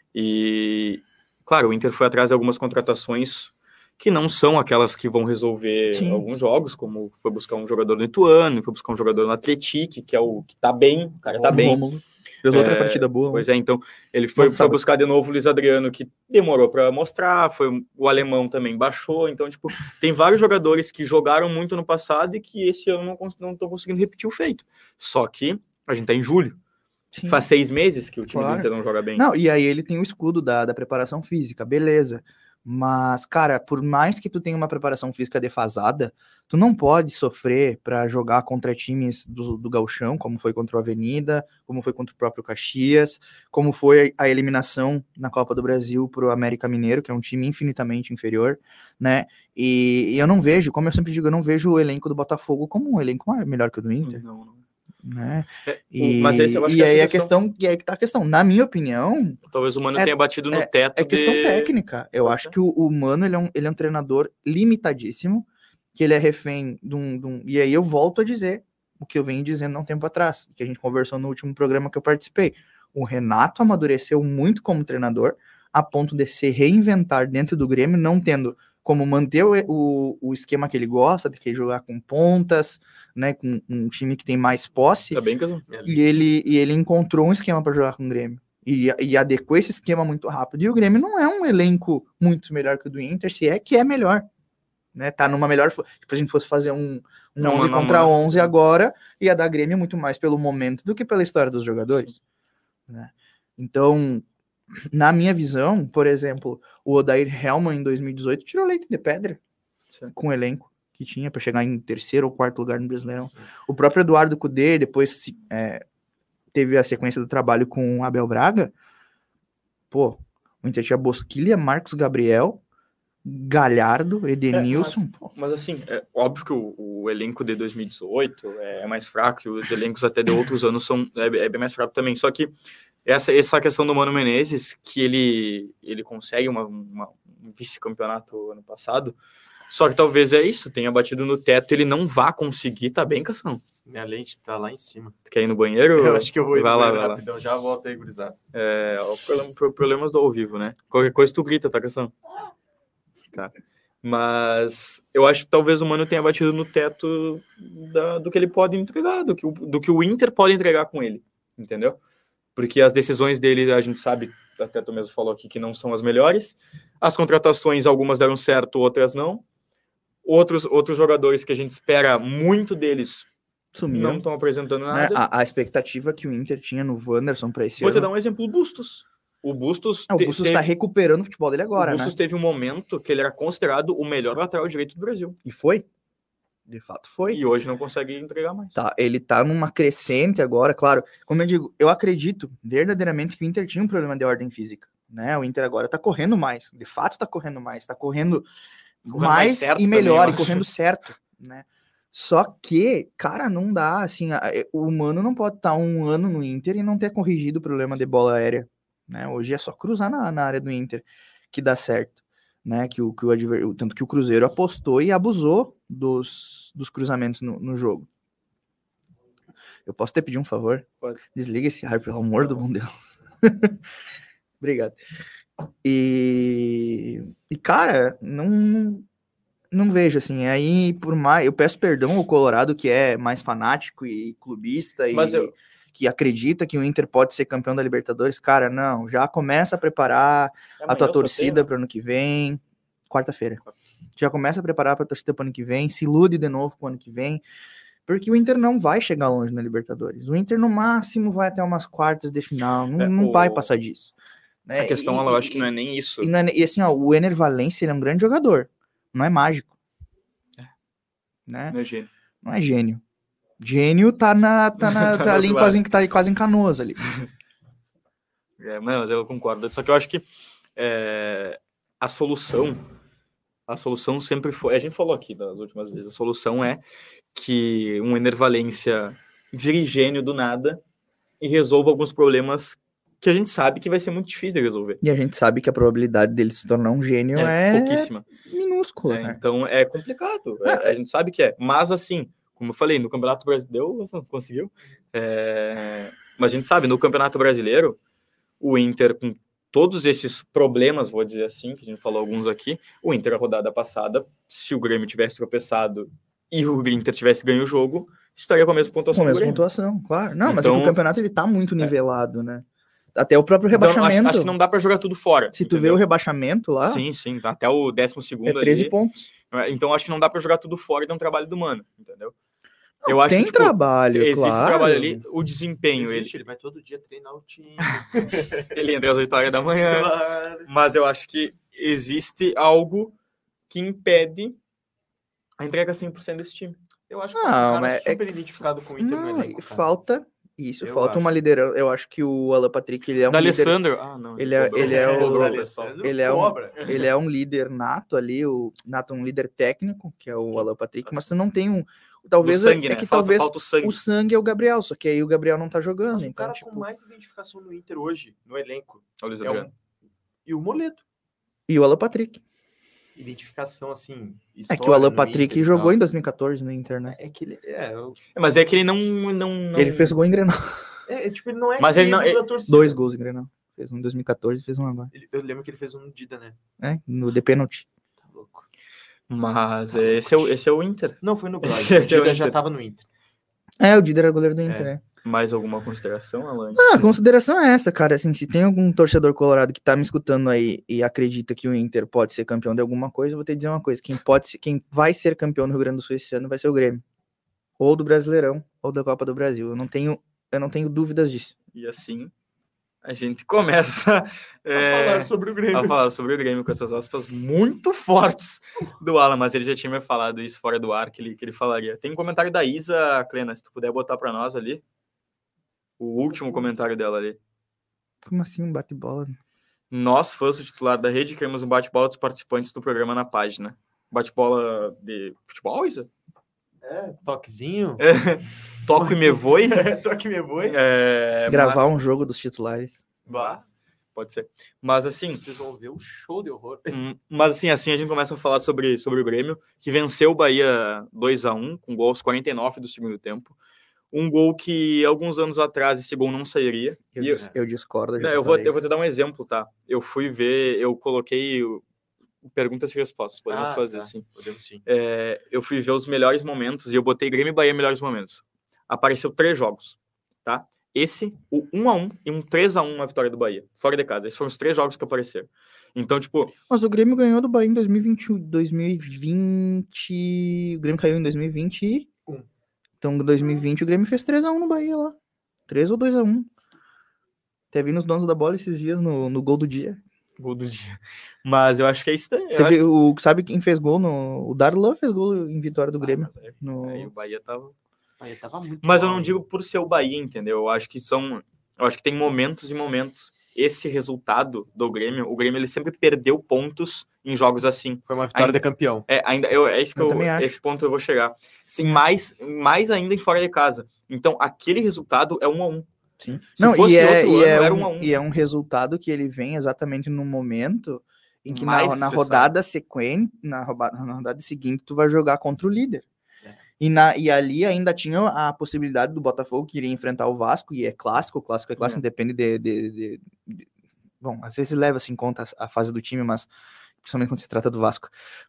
E, claro, o Inter foi atrás de algumas contratações que não são aquelas que vão resolver Sim. alguns jogos, como foi buscar um jogador no Ituano, foi buscar um jogador no Atlético, que é o que tá bem, o cara tá bem. Rômulo. Fez outra é, partida boa. Pois é, então, ele foi, foi buscar de novo o Luiz Adriano, que demorou para mostrar, foi o alemão também baixou, então, tipo, tem vários jogadores que jogaram muito no passado e que esse ano não estão não conseguindo repetir o feito. Só que a gente tá em julho. Sim. Faz seis meses que o time claro. do Inter não joga bem. Não, e aí ele tem o escudo da, da preparação física, beleza. Mas, cara, por mais que tu tenha uma preparação física defasada, tu não pode sofrer para jogar contra times do, do Gauchão, como foi contra o Avenida, como foi contra o próprio Caxias, como foi a eliminação na Copa do Brasil pro América Mineiro, que é um time infinitamente inferior, né? E, e eu não vejo, como eu sempre digo, eu não vejo o elenco do Botafogo como um elenco melhor que o do Inter. Não, não. Né? É, e mas esse, eu acho e que aí essa a questão, questão, e aí que tá a questão, na minha opinião, talvez o Mano é, tenha batido no é, teto. É questão de... técnica. Eu Pode acho ser? que o, o Mano ele é, um, ele é um treinador limitadíssimo, que ele é refém de um, de um. E aí eu volto a dizer o que eu venho dizendo há um tempo atrás, que a gente conversou no último programa que eu participei. O Renato amadureceu muito como treinador, a ponto de se reinventar dentro do Grêmio, não tendo como manter o, o, o esquema que ele gosta, de que jogar com pontas, né, com um time que tem mais posse. Tá bem, Casão? E ele, e ele encontrou um esquema para jogar com o Grêmio. E, e adequou esse esquema muito rápido. E o Grêmio não é um elenco muito melhor que o do Inter, se é que é melhor. Né? Tá numa melhor... Tipo, a gente fosse fazer um, um não, onze não, contra não, onze não. agora, ia dar Grêmio muito mais pelo momento do que pela história dos jogadores. Né? Então, na minha visão, por exemplo, o Odair Hellmann em dois mil e dezoito tirou leite de pedra. Sim. Com o elenco que tinha para chegar em terceiro ou quarto lugar no Brasileirão. O próprio Eduardo Cudê, depois é, teve a sequência do trabalho com o Abel Braga. Pô, o Inter tinha Bosquilha, Marcos Gabriel, Galhardo, Edenilson. É, mas, mas assim, é óbvio que o, o elenco de dois mil e dezoito é mais fraco, e os elencos até de outros anos são é, é bem mais fraco também. Só que essa, essa questão do Mano Menezes, que ele, ele consegue uma, uma, um vice-campeonato ano passado, só que talvez é isso, tenha batido no teto, ele não vá conseguir, tá bem, Cação? Minha lente tá lá em cima. Tu quer ir no banheiro? Eu acho que eu vou ir vai no lá, banheiro vai rapidão, lá. Já volto aí, gurizada. É, o problema, problemas do ao vivo, né? Qualquer coisa tu grita, tá, Cação? Tá. Mas eu acho que talvez o Mano tenha batido no teto da, do que ele pode entregar, do que, o, do que o Inter pode entregar com ele, entendeu? Porque as decisões dele, a gente sabe, até tu mesmo falou aqui, que não são as melhores. As contratações, algumas deram certo, outras não. Outros, outros jogadores que a gente espera muito deles sumiram, não estão apresentando nada. Né? A, a expectativa que o Inter tinha no Wanderson para esse Vou ano... te dar um exemplo, o Bustos. O Bustos, ah, o Bustos está recuperando o futebol dele agora, O Bustos né? teve um momento que ele era considerado o melhor lateral direito do Brasil. E foi. De fato foi. E hoje não consegue entregar mais. Tá, ele tá numa crescente agora, claro. Como eu digo, eu acredito verdadeiramente que o Inter tinha um problema de ordem física. Né? O Inter agora tá correndo mais. De fato tá correndo mais. Tá correndo, correndo mais, mais e melhor, também, e correndo certo. Né? Só que, cara, não dá, assim, o Mano não pode estar um ano no Inter e não ter corrigido o problema de bola aérea. Né? Hoje é só cruzar na, na área do Inter que dá certo. Né? Que o, que o adver... Tanto que o Cruzeiro apostou e abusou dos, dos cruzamentos no, no jogo. Eu posso te pedir um favor? Pode. Desliga esse ar, pelo amor do bom Deus. Obrigado. E, e cara, não, não vejo assim. Aí, por mais. Eu peço perdão ao Colorado, que é mais fanático e clubista e eu... que acredita que o Inter pode ser campeão da Libertadores. Cara, não. Já começa a preparar é a tua torcida para o ano que vem. Quarta-feira. Já começa a preparar para a torcida para o ano que vem. Se ilude de novo com o ano que vem. Porque o Inter não vai chegar longe na Libertadores. O Inter, no máximo, vai até umas quartas de final. Não, é, não o... vai passar disso. Né? A questão, e, eu acho que não é nem isso. E, não é, e assim, ó, o Ener Valencia, ele é um grande jogador. Não é mágico. É. Né? Não é gênio. Não é gênio. Gênio tá, na, tá, na, tá ali quase, tá quase em Canoas ali. É, não, mas eu concordo. Só que eu acho que é, a solução... A solução sempre foi... A gente falou aqui das últimas vezes. A solução é que um Ener Valencia vire gênio do nada e resolva alguns problemas que a gente sabe que vai ser muito difícil de resolver. E a gente sabe que a probabilidade dele se tornar um gênio é, é pouquíssima. Minúscula. É, né? Então é complicado. É, a gente sabe que é. Mas assim, como eu falei, no Campeonato Brasileiro, conseguiu. É, mas a gente sabe, no Campeonato Brasileiro, o Inter, com todos esses problemas, vou dizer assim, que a gente falou alguns aqui, o Inter, a rodada passada, se o Grêmio tivesse tropeçado e o Inter tivesse ganho o jogo, estaria com a mesma pontuação. Com a mesma pontuação, claro. Não, então, mas é que o campeonato ele tá muito nivelado, é. né? Até o próprio rebaixamento. Então, acho, acho que não dá pra jogar tudo fora. Se entendeu? Tu vê o rebaixamento lá... Sim, sim. Até o décimo segundo é treze ali, pontos. Então acho que não dá pra jogar tudo fora e dar um trabalho do Mano, entendeu? Não, eu acho tem que, tipo, trabalho, existe claro. um trabalho ali, o desempenho... Existe, ele... ele vai todo dia treinar o time. Ele entra às oito horas da manhã. Claro. Mas eu acho que existe algo que impede a entrega cem por cento desse time. Eu acho que é um Não, cara mas é super que- identificado com o Inter no Não, elenco, cara. falta isso, Eu falta uma acho. liderança. Eu acho que o Alan Patrick, ele é um Da líder, Alessandro. Ah, não. ele é- cobrou- ele é o- cobrou, Da pessoal. Alessandro Ele é um- cobra. ele é um líder nato ali, o nato um líder técnico, que é o Alan Patrick, mas tu não tem um, talvez Do sangue, é né? que Falta, talvez falta o sangue. o sangue é o Gabriel, só que aí o Gabriel não tá jogando, Mas o então cara tipo, com mais identificação no Inter hoje, no elenco, Olha o Luiz é Adriano. um... E o Moledo. e o Alan Patrick. Identificação, assim, É que o Alan no Patrick Inter e jogou tal. em dois mil e catorze no Inter, né? É que ele... É, eu- É, mas é que ele não... não, não... Ele fez gol em Grenal. é, é, tipo, ele não é Mas ele não- querido da torcida. Dois gols em Grenal. Fez um em dois mil e catorze e fez um agora. Ele- Eu lembro que ele fez um no Dida, né? É, no The Penalty. Tá louco. Mas Tá é, esse, é o, esse é o Inter. Não, foi no Grêmio. Esse é O o Dida já Inter. tava no Inter. É, o Dida era goleiro do Inter, né? Mais alguma consideração, Alan? Ah, a consideração é essa, cara. Assim, se tem algum torcedor colorado que tá me escutando aí e acredita que o Inter pode ser campeão de alguma coisa, eu vou te dizer uma coisa. Quem pode ser, quem vai ser campeão do Rio Grande do Sul esse ano vai ser o Grêmio. Ou do Brasileirão, ou da Copa do Brasil. Eu não tenho, eu não tenho dúvidas disso. E assim, a gente começa é, A falar sobre o Grêmio. a falar sobre o Grêmio com essas aspas muito fortes do Alan, mas ele já tinha me falado isso fora do ar, que ele, que ele falaria. Tem um comentário da Isa, Clena, se tu puder botar pra nós ali. O último comentário dela ali. Como assim um bate-bola? Nós, fãs do titular da rede, queremos um bate-bola dos participantes do programa na página. Bate-bola de futebol, Isa? É, toquezinho. É, toco e me voe. Toque me boi. É, Gravar mas- um jogo dos titulares. Bah, Pode ser. Mas assim, vocês vão ver o show de horror. Hum, Mas assim, assim a gente começa a falar sobre, sobre o Grêmio, que venceu o Bahia dois a um, com gol aos quarenta e nove do segundo tempo. Um gol que, alguns anos atrás, esse gol não sairia. Eu, E eu, dis- eu discordo. já não, te eu, vou, falei eu vou te isso. dar um exemplo, tá? Eu fui ver, eu coloquei o- perguntas e respostas, podemos Ah, fazer tá. assim. Podemos sim. É, eu fui ver os melhores momentos e eu botei Grêmio e Bahia melhores momentos. Apareceu três jogos, tá? Esse, o um a um e um três a um na vitória do Bahia, fora de casa. Esses foram os três jogos que apareceram. Então, tipo, Mas o Grêmio ganhou do Bahia em dois mil e vinte. dois mil e vinte... O Grêmio caiu em dois mil e vinte e um. Então, em dois mil e vinte, o Grêmio fez três a um no Bahia lá. três ou dois a um. Teve nos donos da bola esses dias no, no gol do dia. gol do dia. Mas eu acho que é isso daí. Eu Teve acho- o, sabe quem fez gol? No, o Darlan fez gol em vitória do Grêmio. Ah, mas No, aí o Bahia tava... Aí tava muito Mas eu mal, não hein? digo por ser o Bahia, entendeu? Eu acho que são... Eu acho que tem momentos e momentos. Esse resultado do Grêmio, o Grêmio ele sempre perdeu pontos em jogos assim. Foi uma vitória Ainda- de campeão. É, ainda, eu, é isso que Eu eu, também acho. esse ponto eu vou chegar. Sim, mais, mais ainda em fora de casa. Então, aquele resultado é um a um. Sim. Se Não, fosse e é, outro e, ano, é era um, um a um. e é um resultado que ele vem exatamente no momento em que Mais na, na necessário. rodada sequente, na, roba- na rodada seguinte, tu vai jogar contra o líder. É. E, na, e ali ainda tinha a possibilidade do Botafogo que iria enfrentar o Vasco, e é clássico, o clássico é clássico, É. depende de, de- de- de- Bom, às vezes leva-se em conta a, a fase do time, mas principalmente quando se trata do Vasco.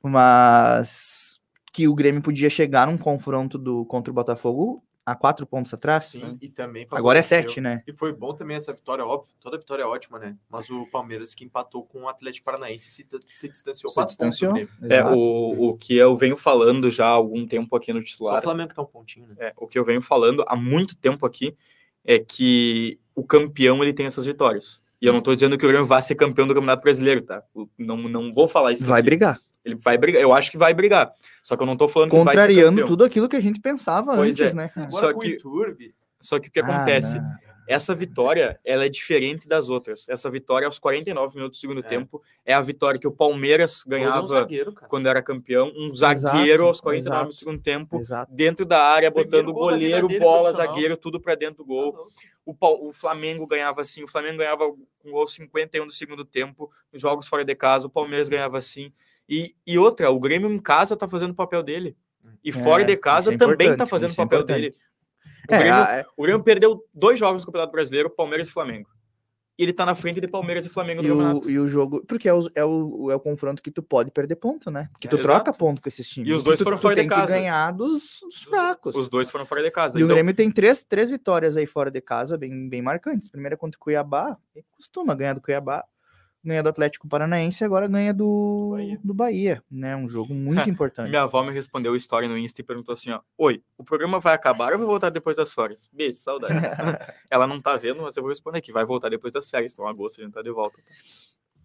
Mas que o Grêmio podia chegar num confronto do, contra o Botafogo há quatro pontos atrás. Sim, e também Agora é favoreceu. sete, né? E foi bom também essa vitória, óbvio. Toda vitória é ótima, né? Mas o Palmeiras que empatou com o Atlético Paranaense se, se distanciou Se quatro pontos do distanciou. Grêmio. É, Exato. o, o que eu venho falando já há algum tempo aqui no Só titular. o Flamengo que tá um pontinho, né? É, o que eu venho falando há muito tempo aqui é que o campeão ele tem essas vitórias. E eu não tô dizendo que o Grêmio vai ser campeão do Campeonato Brasileiro, tá? Eu Não, não vou falar isso Vai aqui. brigar. Ele vai brigar. Eu acho que vai brigar. Só que eu não tô falando que vai ser Contrariando campeão. tudo aquilo que a gente pensava Pois antes, é. né? cara? Agora Só com que- o Iturbe, Só que o que Ah, acontece? não. Essa vitória, ela é diferente das outras. Essa vitória aos quarenta e nove minutos do segundo É. tempo é a vitória que o Palmeiras ganhou um ganhava zagueiro, cara. quando era campeão. Um zagueiro Exato, aos quarenta e nove exato. do segundo tempo, Exato. dentro da área, Primeiro botando gol da vida goleiro, dele, bola, profissional. zagueiro, tudo pra dentro do gol. Tá louco. O, Pau- o Flamengo ganhava assim, o Flamengo ganhava com gol cinquenta e um do segundo tempo, nos jogos fora de casa, o Palmeiras ganhava assim. E, e outra, o Grêmio em casa tá fazendo o papel dele. E fora É, de casa isso é também tá importante, fazendo o isso é papel importante. dele. O, É, Grêmio, a- o Grêmio perdeu dois jogos no Campeonato Brasileiro, Palmeiras e Flamengo. E ele tá na frente de Palmeiras e Flamengo no e, o, campeonato. e o jogo. Porque é o, é, o, é o confronto que tu pode perder ponto, né? Porque tu É, troca exato. ponto com esses times. E os que dois tu, foram tu fora de tem que casa. ganhar dos, dos fracos. Os dois foram fora de casa. E o Então, Grêmio tem três, três vitórias aí fora de casa, bem, bem marcantes. Primeira contra o Cuiabá, ele costuma ganhar do Cuiabá, ganha do Atlético Paranaense, agora ganha do Bahia. do Bahia, né? Um jogo muito importante. minha avó me respondeu história no Insta e perguntou assim, ó, oi, o programa vai acabar ou eu vou voltar depois das férias? Beijo, saudades. Ela não tá vendo, mas eu vou responder que vai voltar depois das férias, então agosto a gente tá de volta. Tá?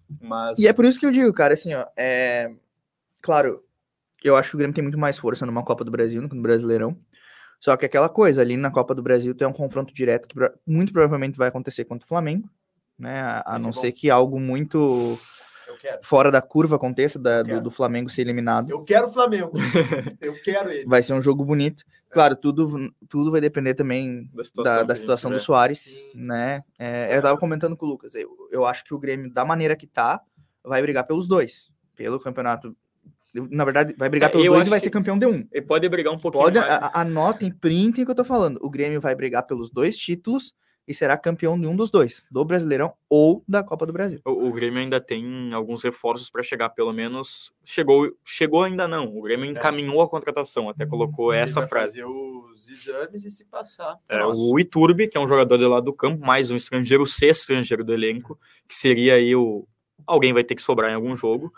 Mas... E é por isso que eu digo, cara, assim, ó, é... Claro, eu acho que o Grêmio tem muito mais força numa Copa do Brasil do que no Brasileirão. Só que aquela coisa, ali na Copa do Brasil tem um confronto direto que muito provavelmente vai acontecer contra o Flamengo, né? A, a não ser que algo muito fora da curva aconteça da, do, do Flamengo ser eliminado. Eu quero o Flamengo. Eu quero ele. Vai ser um jogo bonito. Claro, tudo, tudo vai depender também da situação, da, da situação do Soares, Sim. né? É, eu tava comentando com o Lucas, eu, eu acho que o Grêmio, da maneira que tá, vai brigar pelos dois. Pelo campeonato. Na verdade, vai brigar pelos dois e vai ser campeão D um. Ele pode brigar um pouquinho pode, mais. A, anotem, printem o que eu tô falando. O Grêmio vai brigar pelos dois títulos e será campeão de um dos dois, do Brasileirão ou da Copa do Brasil. O, o Grêmio ainda tem alguns reforços para chegar, pelo menos chegou, chegou ainda não. O Grêmio encaminhou é. a contratação, até colocou Ele essa vai frase. fazer os exames e se passar. É, o Iturbe, que é um jogador do lado do campo, mais um estrangeiro, o sexto estrangeiro do elenco, que seria aí o... Alguém vai ter que sobrar em algum jogo.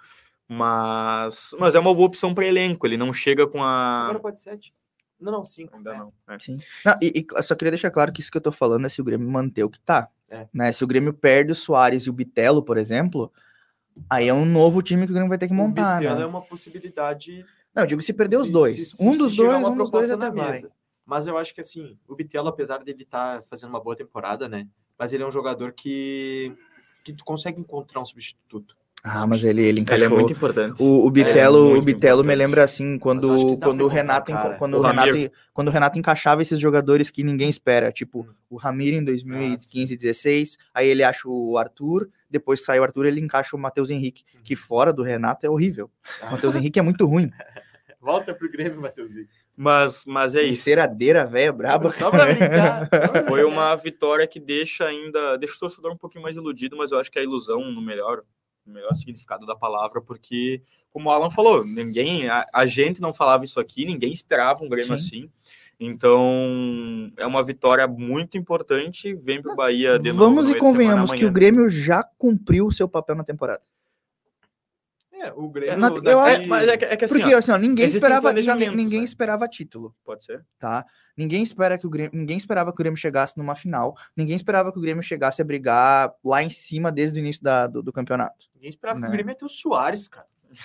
Mas, mas é uma boa opção para elenco. Ele não chega com a... Agora pode sete. Não, não, cinco. Ainda é. não. É. Sim. Não, e, e só queria deixar claro que isso que eu tô falando é se o Grêmio manter o que tá. É. Né? Se o Grêmio perde o Soares e o Bitelo, por exemplo, aí é um novo time que o Grêmio vai ter que montar. O Bitelo né? é uma possibilidade... Não, eu digo se perder os se, dois. Se, se, um dos se dois, um dos dois até vai. Mesa. Mas eu acho que assim, o Bitelo, apesar dele estar tá fazendo uma boa temporada, né? Mas ele é um jogador que, que tu consegue encontrar um substituto. Ah, mas ele, ele encaixou. Ele é muito importante. O, o Bitelo, é o Bitelo me lembra assim, quando, quando, o Renato, cara. quando, o o Renato, quando o Renato encaixava esses jogadores que ninguém espera, tipo hum. o Ramiro em dois mil e quinze, dezesseis, aí ele acha o Arthur, depois que sai o Arthur ele encaixa o Matheus Henrique, hum. que fora do Renato é horrível. O Matheus Henrique é muito ruim. Volta pro Grêmio, Matheus Henrique. Mas, mas é isso. Enceradeira, velho, braba. Só pra brincar. Foi uma vitória que deixa ainda, deixa o torcedor um pouquinho mais iludido, mas eu acho que a ilusão no melhor o melhor significado da palavra, porque, como o Alan falou, ninguém, a, a gente não falava isso aqui, ninguém esperava um Grêmio Sim. assim, então é uma vitória muito importante, vem pro Bahia de novo. Vamos e convenhamos que o Grêmio já cumpriu o seu papel na temporada. É, o Grêmio... Na, eu acho, é, mas é que, é que assim, porque ó, assim, ó, ninguém esperava ninguém, ninguém né? esperava título. Pode ser. Tá? Ninguém espera que o Grêmio, ninguém esperava que o Grêmio chegasse numa final, ninguém esperava que o Grêmio chegasse a brigar lá em cima desde o início da, do, do campeonato. Ninguém esperava né? que o Grêmio ia ter o Soares, cara.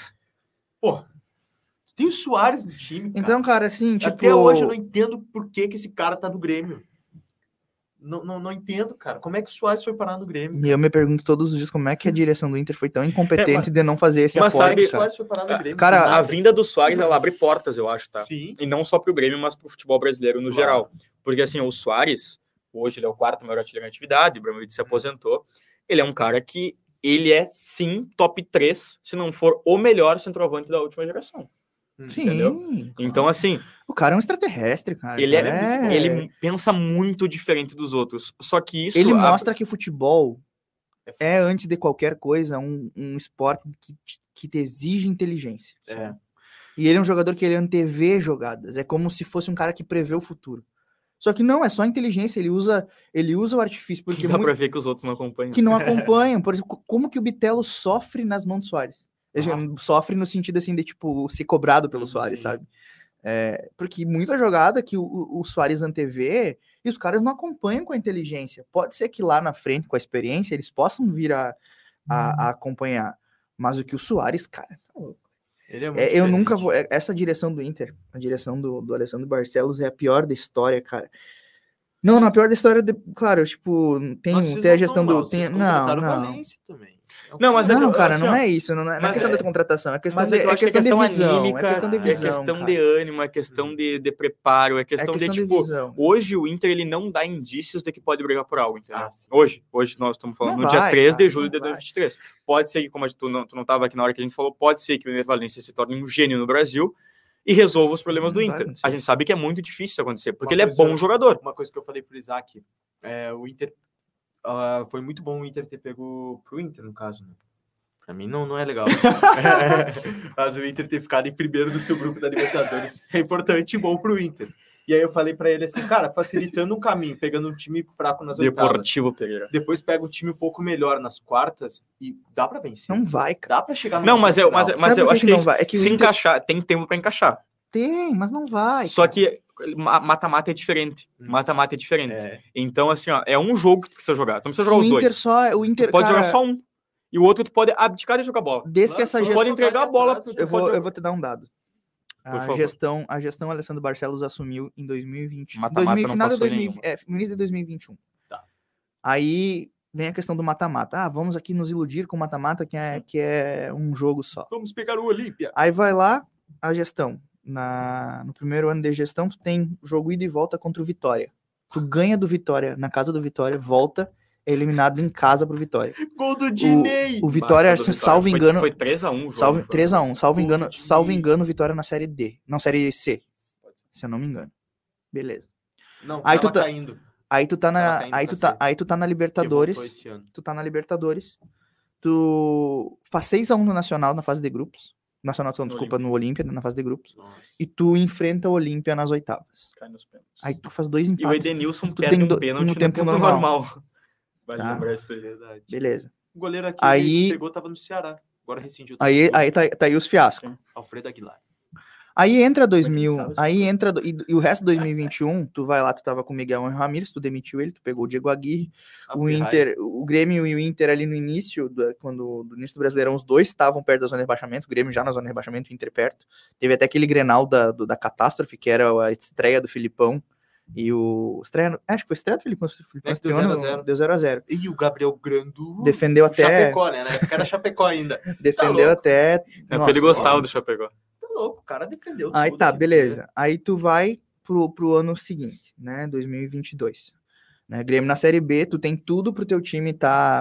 Pô, tem o Soares no time, cara. Então, cara, assim, tipo... Até hoje eu não entendo por que, que esse cara tá no Grêmio. Não, não, não entendo, cara. Como é que o Soares foi parar no Grêmio? E eu me pergunto todos os dias como é que a direção do Inter foi tão incompetente é, mas, de não fazer esse mas apoio. Sabe, o Soares foi parar no Grêmio. Cara, a vinda do Soares, ela abre portas, eu acho, tá? Sim. E não só pro Grêmio, mas pro futebol brasileiro no claro. geral. Porque, assim, o Soares, hoje ele é o quarto maior artilheiro em atividade, o Ibrahimovic se aposentou. Ele é um cara que, ele é, sim, top três, se não for o melhor centroavante da última geração. Sim. Entendeu? Claro. Então, assim... O cara é um extraterrestre, cara. Ele, cara é, é... ele pensa muito diferente dos outros. Só que isso... Ele mostra que o futebol é, antes de qualquer coisa, um, um esporte que, que te exige inteligência. É. E ele é um jogador que ele antevê jogadas. É como se fosse um cara que prevê o futuro. Só que não, é só inteligência. Ele usa, ele usa o artifício. Porque que dá muito... pra ver que os outros não acompanham. Que não acompanham. Por exemplo, como que o Bitelo sofre nas mãos do Soares? Ele ah. sofre no sentido, assim, de, tipo, ser cobrado pelo Soares, sabe? É, porque muita jogada que o, o Soares antevê e os caras não acompanham com a inteligência. Pode ser que lá na frente, com a experiência, eles possam vir a, a, a acompanhar. Mas o que o Soares, cara, tá louco. Ele é muito é, eu nunca vou... É, essa direção do Inter, a direção do, do Alessandro Barcelos é a pior da história, cara. Não, não, a pior da história, de, claro, tipo, tem, tem a gestão do... Mal, tem, não, não. Também. Não, mas não, é que, cara, assim, não é isso, não é, não é questão é, da contratação, é questão, de, é é questão, questão de visão, anímica, é questão de visão, é questão cara. de ânimo, é questão de, de preparo, é questão, é questão de, de, tipo, visão. Hoje o Inter, ele não dá indícios de que pode brigar por algo, entendeu? Ah, hoje, hoje nós estamos falando não no vai, dia três cara, de julho de dois mil e vinte e três. Pode ser que, como tu não, tu não tava aqui na hora que a gente falou, pode ser que o Ener Valencia se torne um gênio no Brasil e resolva os problemas do Inter. A gente sabe que é muito difícil isso acontecer, porque uma ele coisa, é bom jogador. Uma coisa que eu falei pro Isaac, é, o Inter, uh, foi muito bom o Inter ter pego pro Inter, no caso, né? Pra mim não, não é legal. é, mas o Inter ter ficado em primeiro do seu grupo da Libertadores é importante e bom pro Inter. E aí eu falei pra ele assim, cara, facilitando um caminho, pegando um time fraco nas oitavas. Deportivo Pereira. Depois pega um time um pouco melhor nas quartas e dá pra vencer. Não vai, cara. Dá pra chegar no Não, mas eu, mas, mas eu acho que, que não vai? É que se Inter... encaixar, tem tempo pra encaixar. Tem, mas não vai. Só cara. que mata-mata é diferente. Mata-mata é diferente. É. Então, assim, ó, é um jogo que tu precisa jogar. Tu não precisa jogar o os Inter dois. Só, o Inter tu pode cara... jogar só um. e o outro tu pode abdicar de jogar bola. Desde que essa Tu gestão... pode entregar a bola. Eu vou, eu vou te dar um dado. Por A favor. gestão, a gestão Alessandro Barcelos assumiu em dois mil e vinte. Mata-mata dois mil, não final de passou dois mil, nenhuma. é, início de dois mil e vinte e um. Tá. Aí vem a questão do mata-mata. Ah, vamos aqui nos iludir com o mata-mata, que é, que é um jogo só. Vamos pegar o Olímpia. Aí vai lá a gestão. Na, no primeiro ano de gestão, tu tem jogo ida e volta contra o Vitória. Tu ganha do Vitória na casa do Vitória, volta, é eliminado em casa pro Vitória. Gol do Dinei! O Vitória, Bah, do Vitória salvo foi, engano... Foi três a um o jogo. Salvo, foi. três a um, salvo Gol engano, de salvo Dinei. engano, Vitória na série D. Não, série C, se eu não me engano. Beleza. Não, Aí tava tu tá- caindo. Aí tu tá Tava na, caindo aí pra tu tá, C. aí tu tá na Que Libertadores, voltou esse ano. tu tá na Libertadores, tu faz seis a um no Nacional na fase de grupos, Nacional, não, No desculpa, no Olímpia, na fase de grupos, Nossa. e tu enfrenta o Olímpia nas oitavas. Cai nos pênaltis. Aí tu faz dois E o empates, Edenilson Tu perde tem um do- pênalti no no tempo tempo normal. normal. Vai Tá. lembrar isso É aí. verdade. beleza. O goleiro aqui Aí- ele pegou, tava no Ceará. Agora rescindiu. tá Aí, seguro. aí tá, tá aí os fiascos. Alfredo Aguilar. Aí entra dois Como é que mil, ele sabe essa aí coisa? entra, do- e, e o resto de dois mil e vinte e um, tu vai lá, tu tava com o Miguel Ramírez, tu demitiu ele, tu pegou o Diego Aguirre, A o Ferrari. Inter, o Grêmio e o Inter ali no início, do, quando do início do Brasileirão, os dois estavam perto da zona de rebaixamento, o Grêmio já na zona de rebaixamento, o Inter perto. Teve até aquele Grenal da, do- da catástrofe, que era a estreia do Filipão, e o... Estreia, acho que foi a estreia do Filipão, o Filipão É que deu estreou zero a no- zero. deu zero a zero. E o Gabriel Grando. Defendeu O até... Chapecó, né? Na época era Chapecó ainda. Defendeu louco. até... É porque Nossa, ele gostava olha. do Chapecó. Tá louco, o cara defendeu Aí tudo tá, que beleza. Aí tu vai pro, pro ano seguinte, né? dois mil e vinte e dois. Né? Grêmio na Série B, tu tem tudo pro teu time tá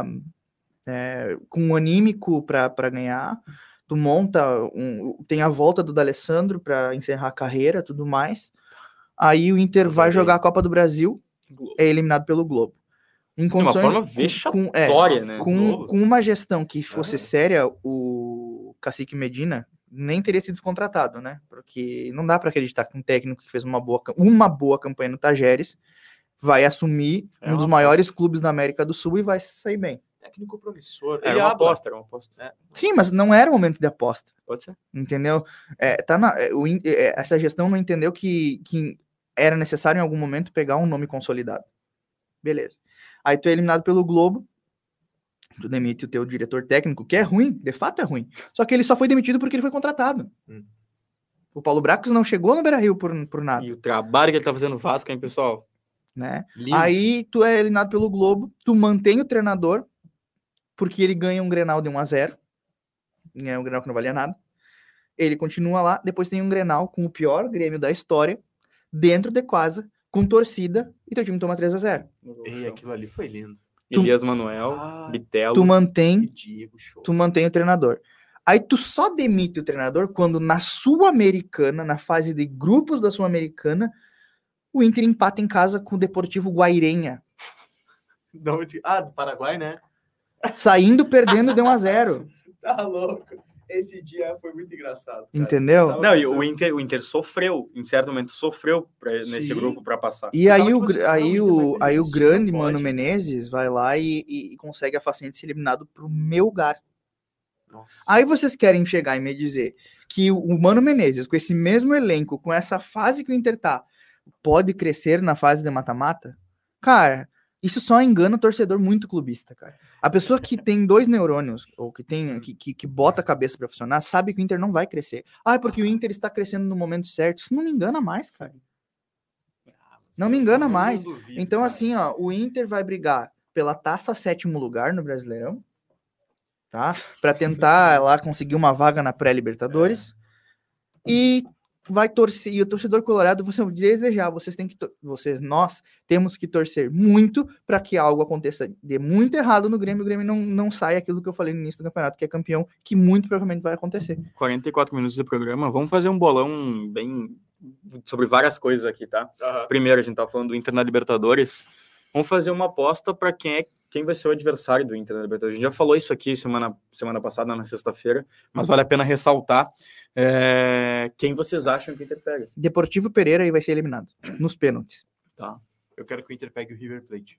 é, com um anímico pra, pra ganhar. Tu monta, um, tem a volta do D'Alessandro pra encerrar a carreira, tudo mais. Aí o Inter vai Adorei. jogar a Copa do Brasil, é eliminado pelo Globo. Em De uma condições- forma com- vexatória, com, é, né? com, Globo. com uma gestão que fosse Ah. séria, o Cacique Medina nem teria sido descontratado, né? Porque não dá para acreditar que um técnico que fez uma boa, cam- uma boa campanha no Tajeres vai assumir É um uma dos maiores clubes da América do Sul e vai sair bem. Técnico promissor. Era Ele uma habla. aposta, era uma aposta. Sim, mas não era o momento de aposta, Pode ser. entendeu? É, tá na, é, o In- é, essa gestão não entendeu que, que era necessário em algum momento pegar um nome consolidado. Beleza. Aí tu é eliminado pelo Globo, tu demite o teu diretor técnico, que é ruim, de fato é ruim. Só que ele só foi demitido porque ele foi contratado. Hum. O Paulo Bracos não chegou no Beira-Rio por, por nada, E o trabalho que ele tá fazendo no Vasco, hein, pessoal? né? Lindo. Aí tu é eliminado pelo Globo, tu mantém o treinador, porque ele ganha um Grenal de um a zero, ganha um Grenal que não valia nada. Ele continua lá, depois tem um Grenal com o pior Grêmio da história, dentro de casa, com torcida, e teu time toma três a zero. Ei, aquilo ali foi lindo. Tu- Elias Manuel, Ah, Bitelo. Tu mantém E Diego, show. tu mantém o treinador. Aí tu só demite o treinador quando na Sul-Americana, na fase de grupos da Sul-Americana, o Inter empata em casa com o Deportivo Guairenha, Da onde? Ah, do Paraguai, né? saindo perdendo de um a zero, Tá louco. Esse dia foi muito engraçado. cara. entendeu? Tava Não, e pensando- o Inter, o Inter sofreu, em certo momento sofreu pra, nesse Sim. grupo para passar. E aí, tava, o, tipo gr- assim, aí, não, o Inter vai o, perder aí o esse, grande não Mano pode. Menezes vai lá e, e- e consegue a façanha de ser eliminado pro meu lugar. Nossa. Aí vocês querem chegar e me dizer que o o Mano Menezes, com esse mesmo elenco, com essa fase que o Inter tá, pode crescer na fase de mata-mata? Cara, isso só engana o torcedor muito clubista, cara. A pessoa que tem dois neurônios, ou que tem que, que, que bota a cabeça pra funcionar, sabe que o Inter não vai crescer. Ah, é porque o Inter está crescendo no momento certo. Isso não me engana mais, cara. Ah, Não me engana mais. duvido, Então, cara. assim, ó, o Inter vai brigar pela taça sétimo lugar no Brasileirão, tá? Para tentar lá conseguir uma vaga na pré-Libertadores. E vai torcer, e o torcedor colorado, você desejar, vocês têm que, tor- vocês, nós temos que torcer muito para que algo aconteça de muito errado no Grêmio, o Grêmio não, não saia aquilo que eu falei no início do campeonato, que é campeão, que muito provavelmente vai acontecer. quarenta e quatro minutos de programa. Vamos fazer um bolão bem sobre várias coisas aqui, tá? Aham. Primeiro, a gente tá falando do Inter na Libertadores. Vamos fazer uma aposta para quem é quem vai ser o adversário do Inter na Libertadores. A gente já falou isso aqui semana, semana passada, na sexta-feira, mas vale a pena ressaltar é, quem vocês acham que o Inter pega. Deportivo Pereira aí vai ser eliminado, nos pênaltis. Tá. Eu quero que o Inter pegue o River Plate.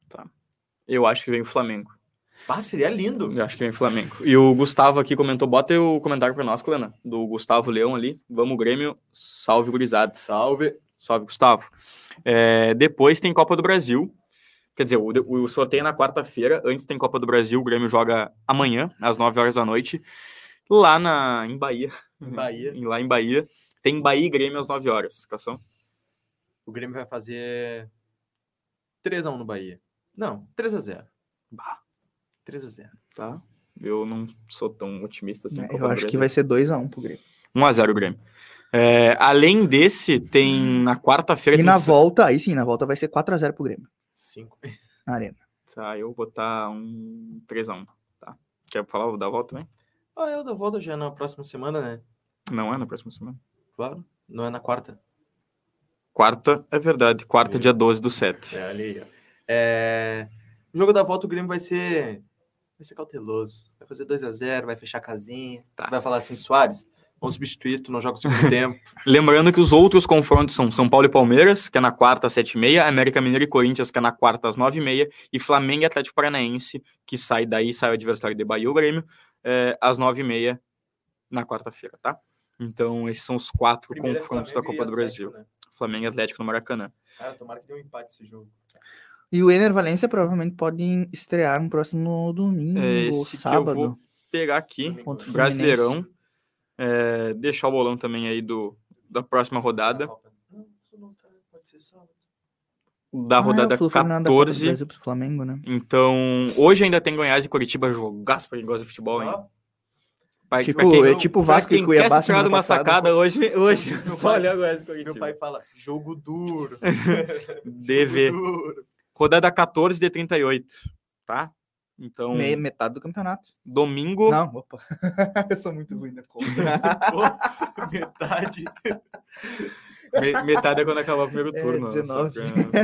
Eu acho que vem o Flamengo. Ah, seria lindo. Eu acho que vem o Flamengo. E o Gustavo aqui comentou, bota aí o comentário para nós, Clena, do Gustavo Leão ali. Vamos, Grêmio. Salve, gurizada. Salve. Salve, Gustavo. É, depois tem Copa do Brasil. Quer dizer, o, o sorteio é na quarta-feira, antes tem Copa do Brasil, o Grêmio joga amanhã, às nove horas da noite, lá na, em Bahia. Bahia. Lá em Bahia. Tem Bahia e Grêmio às nove horas, Cação? O Grêmio vai fazer três a um no Bahia. Não, três a zero. Bah. três a zero. Tá. Eu não sou tão otimista assim. É, eu acho que vai ser dois a um pro Grêmio. um a zero o Grêmio. É, além desse, tem na quarta-feira... E tem na s- volta, aí sim, na volta vai ser quatro a zero pro Grêmio, cinco. na Arena. Tá, eu vou botar um três a um, tá? Quer falar o da volta também? Ah, eu da volta já na próxima semana, né? Não é na próxima semana. Claro. Não é na quarta. Quarta, é verdade. Quarta, É. dia doze do sete. É, ali, ó. É... O jogo da volta, o Grêmio vai ser... Vai ser cauteloso. Vai fazer dois a zero, vai fechar a casinha. Tá. Vai falar assim, Soares, vamos substituir, tu não joga o segundo tempo. Lembrando que os outros confrontos são São Paulo e Palmeiras, que é na quarta às sete e meia, América Mineiro e Corinthians, que é na quarta às nove e meia, e Flamengo e Atlético Paranaense, que sai daí, sai o adversário de Bahia e o Grêmio, é, às nove e meia na quarta-feira, tá? Então, esses são os quatro Primeiro é confrontos da Flamengo Copa e do Atlético, Brasil. né? Flamengo e Atlético no Maracanã. Cara, tomara que dê um empate esse jogo. E o Ener Valencia provavelmente pode estrear no próximo domingo, É ou esse sábado. que eu vou pegar aqui, Domingo. Contra o Brasileirão, é, deixar o bolão também aí do, da próxima rodada, Não, isso não tá, pode ser sábado. da Ah, rodada é, o Fluminense da Copa do quatorze. Brasil pro Flamengo, né? Então, hoje ainda tem Goiás e Curitiba, jogaço pra quem gosta de futebol, hein? Ah, Pra, Tipo, pra quem, é tipo o pra Vasco e quem Cuiabá quer se tirar de semana uma passada. sacada hoje, hoje Meu só pai- olhar Goiás e Curitiba. meu pai fala, jogo duro. D V. Jogo duro. Rodada quatorze de trinta e oito, tá? Então, Me- metade do campeonato. domingo... Não, opa. Eu sou muito ruim na conta. Pô, metade. me- metade é quando acabar o primeiro É, turno. só dezenove.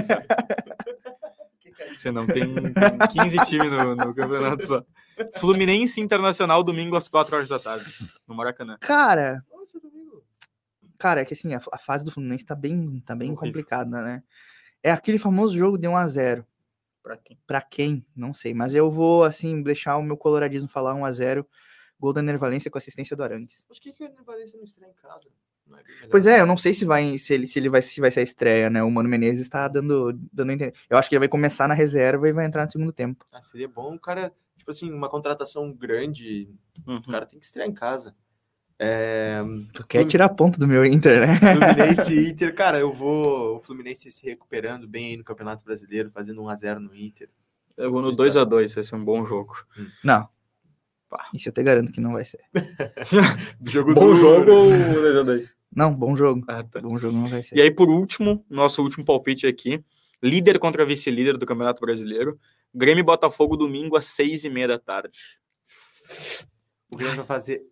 pra- Você não tem, tem quinze times no, no campeonato só. Fluminense Internacional, domingo às quatro horas da tarde, no Maracanã. Cara, Nossa, domingo. cara, é que assim, a, a fase do Fluminense tá bem, tá bem Horrível. complicada, né? É aquele famoso jogo de um a zero. Pra quem? Pra quem? Não sei. Mas eu vou, assim, deixar o meu coloradismo falar um a zero. Gol da Ener Valencia com assistência do Arangues. Mas por que, que o Ener Valencia não estreia em casa? Não é bem melhor? Pois é, eu não sei se vai, se ele, se ele vai, se vai ser a estreia, né? O Mano Menezes tá dando, dando a entender. Eu acho que ele vai começar na reserva e vai entrar no segundo tempo. Ah, seria bom o cara, tipo assim, uma contratação grande, Uhum. o cara tem que estrear em casa. É, Tu quer tirar ponto do meu Inter, né? Fluminense e Inter, cara, eu vou. O Fluminense se recuperando bem aí no Campeonato Brasileiro, fazendo um a zero no Inter. Eu vou no dois a dois, vai ser um bom jogo. Não. Pá. Isso eu te garanto que não vai ser. Jogo Bom jogo ou dois a dois? Não, bom jogo. Ah, tá. Bom jogo não vai ser. E aí, por último, nosso último palpite aqui. Líder contra vice-líder do Campeonato Brasileiro. Grêmio e Botafogo, domingo, às seis e meia da tarde. O Grêmio vai fazer.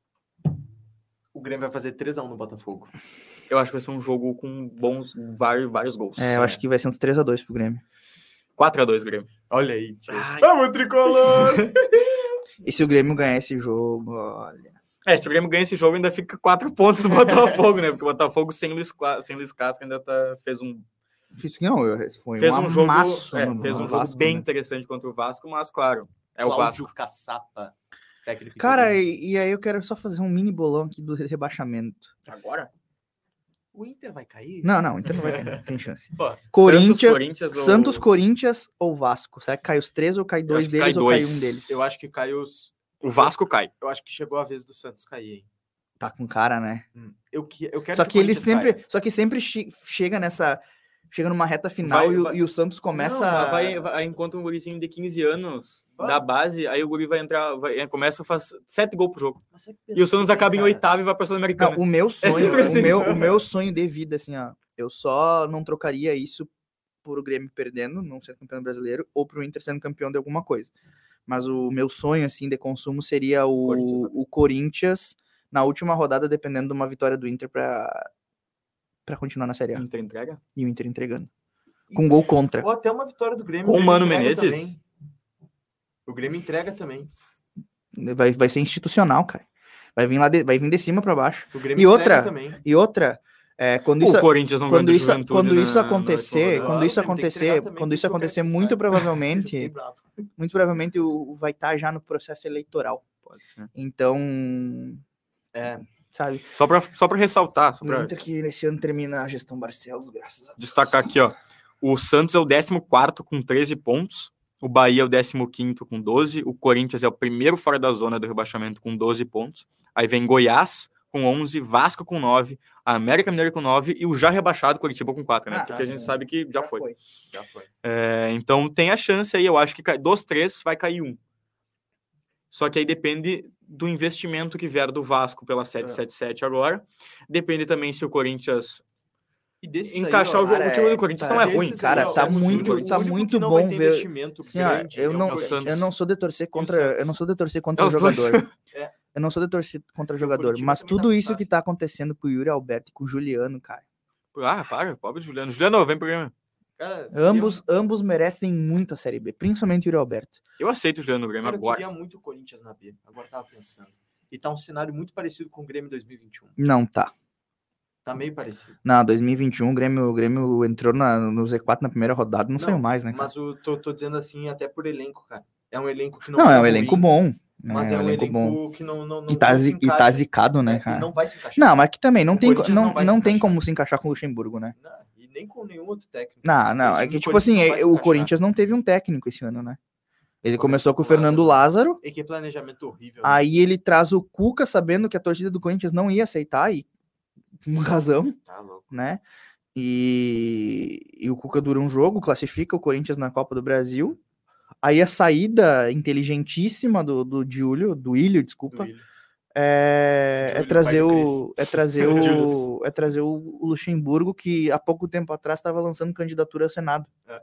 O Grêmio vai fazer três a um no Botafogo. Eu acho que vai ser um jogo com bons, vários, vários gols. É, eu acho que vai ser uns três a dois pro Grêmio. quatro a dois, Grêmio. Olha aí, tio. Ai. Vamos, tricolor! E se o Grêmio ganhar esse jogo, olha. É, se o Grêmio ganha esse jogo, ainda fica quatro pontos do Botafogo, né? Porque o Botafogo sem Luiz, Cla- sem Luiz Casca ainda tá, fez um, Fiz que não, eu- foi fez um, um jogo, amasso é, no- fez um no jogo Vasco, bem né? interessante contra o Vasco, mas, claro, é o Cláudio Vasco. Caçapa, técnico de Cara, Grêmio. e, e aí eu quero só fazer um mini bolão aqui do rebaixamento. Agora? O Inter vai cair? Não, não, então não vai cair, não tem chance. Pô, Corinthians, Santos, Corinthians ou- Santos, Corinthians ou Vasco? Será que cai os três ou cai dois acho que deles cai ou cai dois. um deles? eu acho que caiu os. O Vasco cai. Eu acho que chegou a vez do Santos cair, hein? Tá com cara, né? Hum. Eu, que- eu quero Só que, que o ele Corinthians sempre, caia. só que sempre che- chega nessa, chega numa reta final Vai- e, o- vai- e o Santos começa. Não, mas vai, vai, encontra um gurizinho de quinze anos Vai. da base, aí o guri vai entrar, vai, começa a fazer sete gols pro jogo. Mas é que E o Santos pensa, acaba em cara, oitavo e vai pra Sul-Americana. Não, o meu sonho, sempre assim. o meu, o meu sonho de vida, assim, ó, eu só não trocaria isso por o Grêmio perdendo, não sendo campeão brasileiro, ou pro Inter sendo campeão de alguma coisa. Mas o meu sonho, assim, de consumo seria o Corinthians, né? o Corinthians na última rodada, dependendo de uma vitória do Inter pra, pra continuar na Série A. Inter entrega? E o Inter entregando. Com gol contra. Ou até uma vitória do Grêmio. Com o Grêmio Mano entrega Menezes? também. O Grêmio entrega também. Vai, vai ser institucional, cara. Vai vir, lá de, vai vir de cima pra baixo. O Grêmio E outra, entrega também. E outra, é, quando isso... O Corinthians não Quando ganha do isso, Juventude quando na- isso na acontecer, última quando rodada. isso Ah, o Grêmio tem que acontecer, entregar também, quando por isso isso que eu quero acontecer, que muito saia. provavelmente, Fiquei bravo. muito provavelmente o, vai estar já no processo eleitoral. Pode ser. Então, É, sabe, Só pra, só pra ressaltar, só o pra Inter que nesse ano termina a gestão Barcelos, graças a Deus. destacar aqui, ó. O Santos é o décimo quarto com treze pontos. O Bahia é o décimo quinto com doze. O Corinthians é o primeiro fora da zona do rebaixamento com doze pontos. Aí vem Goiás com onze, Vasco com nove, América Mineiro com nove e o já rebaixado Curitiba com quatro, né? Ah, Porque a gente sim. sabe que já, Já foi. foi. Já foi. É, então tem a chance aí, eu acho que cai- dos três vai cair um. Só que aí depende do investimento que vier do Vasco pela sete sete sete agora. Depende também se o Corinthians E desses encaixar aí, ó, o jogo. cara, O time é- do Corinthians tá- não é desses ruim. aí, Cara, ó, tá o único- muito- o tá único muito que não vai bom ter ver- investimento Assim, ó, grande eu é o não, Corinthians. eu não sou de torcer E o contra, eu não Santos. sou de torcer É contra o os dois. jogador. É. Eu não sou de torcer contra o E o jogador, Curitiba mas também tá tudo isso cansado. que tá acontecendo com o Yuri Alberto e com o Juliano, cara. Ah, para, pobre Juliano. Juliano, vem pro programa. Cara, seria- Ambos, ambos merecem muito a Série B, principalmente o Yuri Alberto. Eu aceito o Juliano no Grêmio Cara, eu agora. queria muito o Corinthians na B. Agora eu tava pensando. E tá um cenário muito parecido com o Grêmio dois mil e vinte e um. Não tá. Tá meio parecido. Na dois mil e vinte e um, o Grêmio, o Grêmio entrou na- no Z quatro na primeira rodada, não, Não, saiu mais, né? Cara? Mas eu tô, tô dizendo assim, até por elenco, cara. É um elenco que não, Não, é um ruim, elenco bom. Mas é, é, um um elenco elenco bom. que não, não, não, E tá, não se zi- e tá encaixa, zicado, né, né? cara? E não vai se encaixar. Não, mas que também não O tem, co- Corinthians não, não vai não se tem encaixar. como se encaixar com o Luxemburgo, né? Não, e nem com nenhum outro técnico. Não, não, Esse é time que do tipo Corinthians assim, não vai se o encaixar. Corinthians não teve um técnico esse ano, né? Ele Começou começou com o com o Fernando Lázaro, E que planejamento horrível. né? aí ele traz o Cuca sabendo que a torcida do Corinthians não ia aceitar, e com razão, Tá louco. né? E, e o Cuca dura um jogo, classifica o Corinthians na Copa do Brasil. Aí a saída inteligentíssima do, do Júlio, do Ilho, desculpa, Do Willian. é, é Júlio, trazer pai do o é trazer o Julius. é trazer o Luxemburgo, que há pouco tempo atrás estava lançando candidatura ao Senado.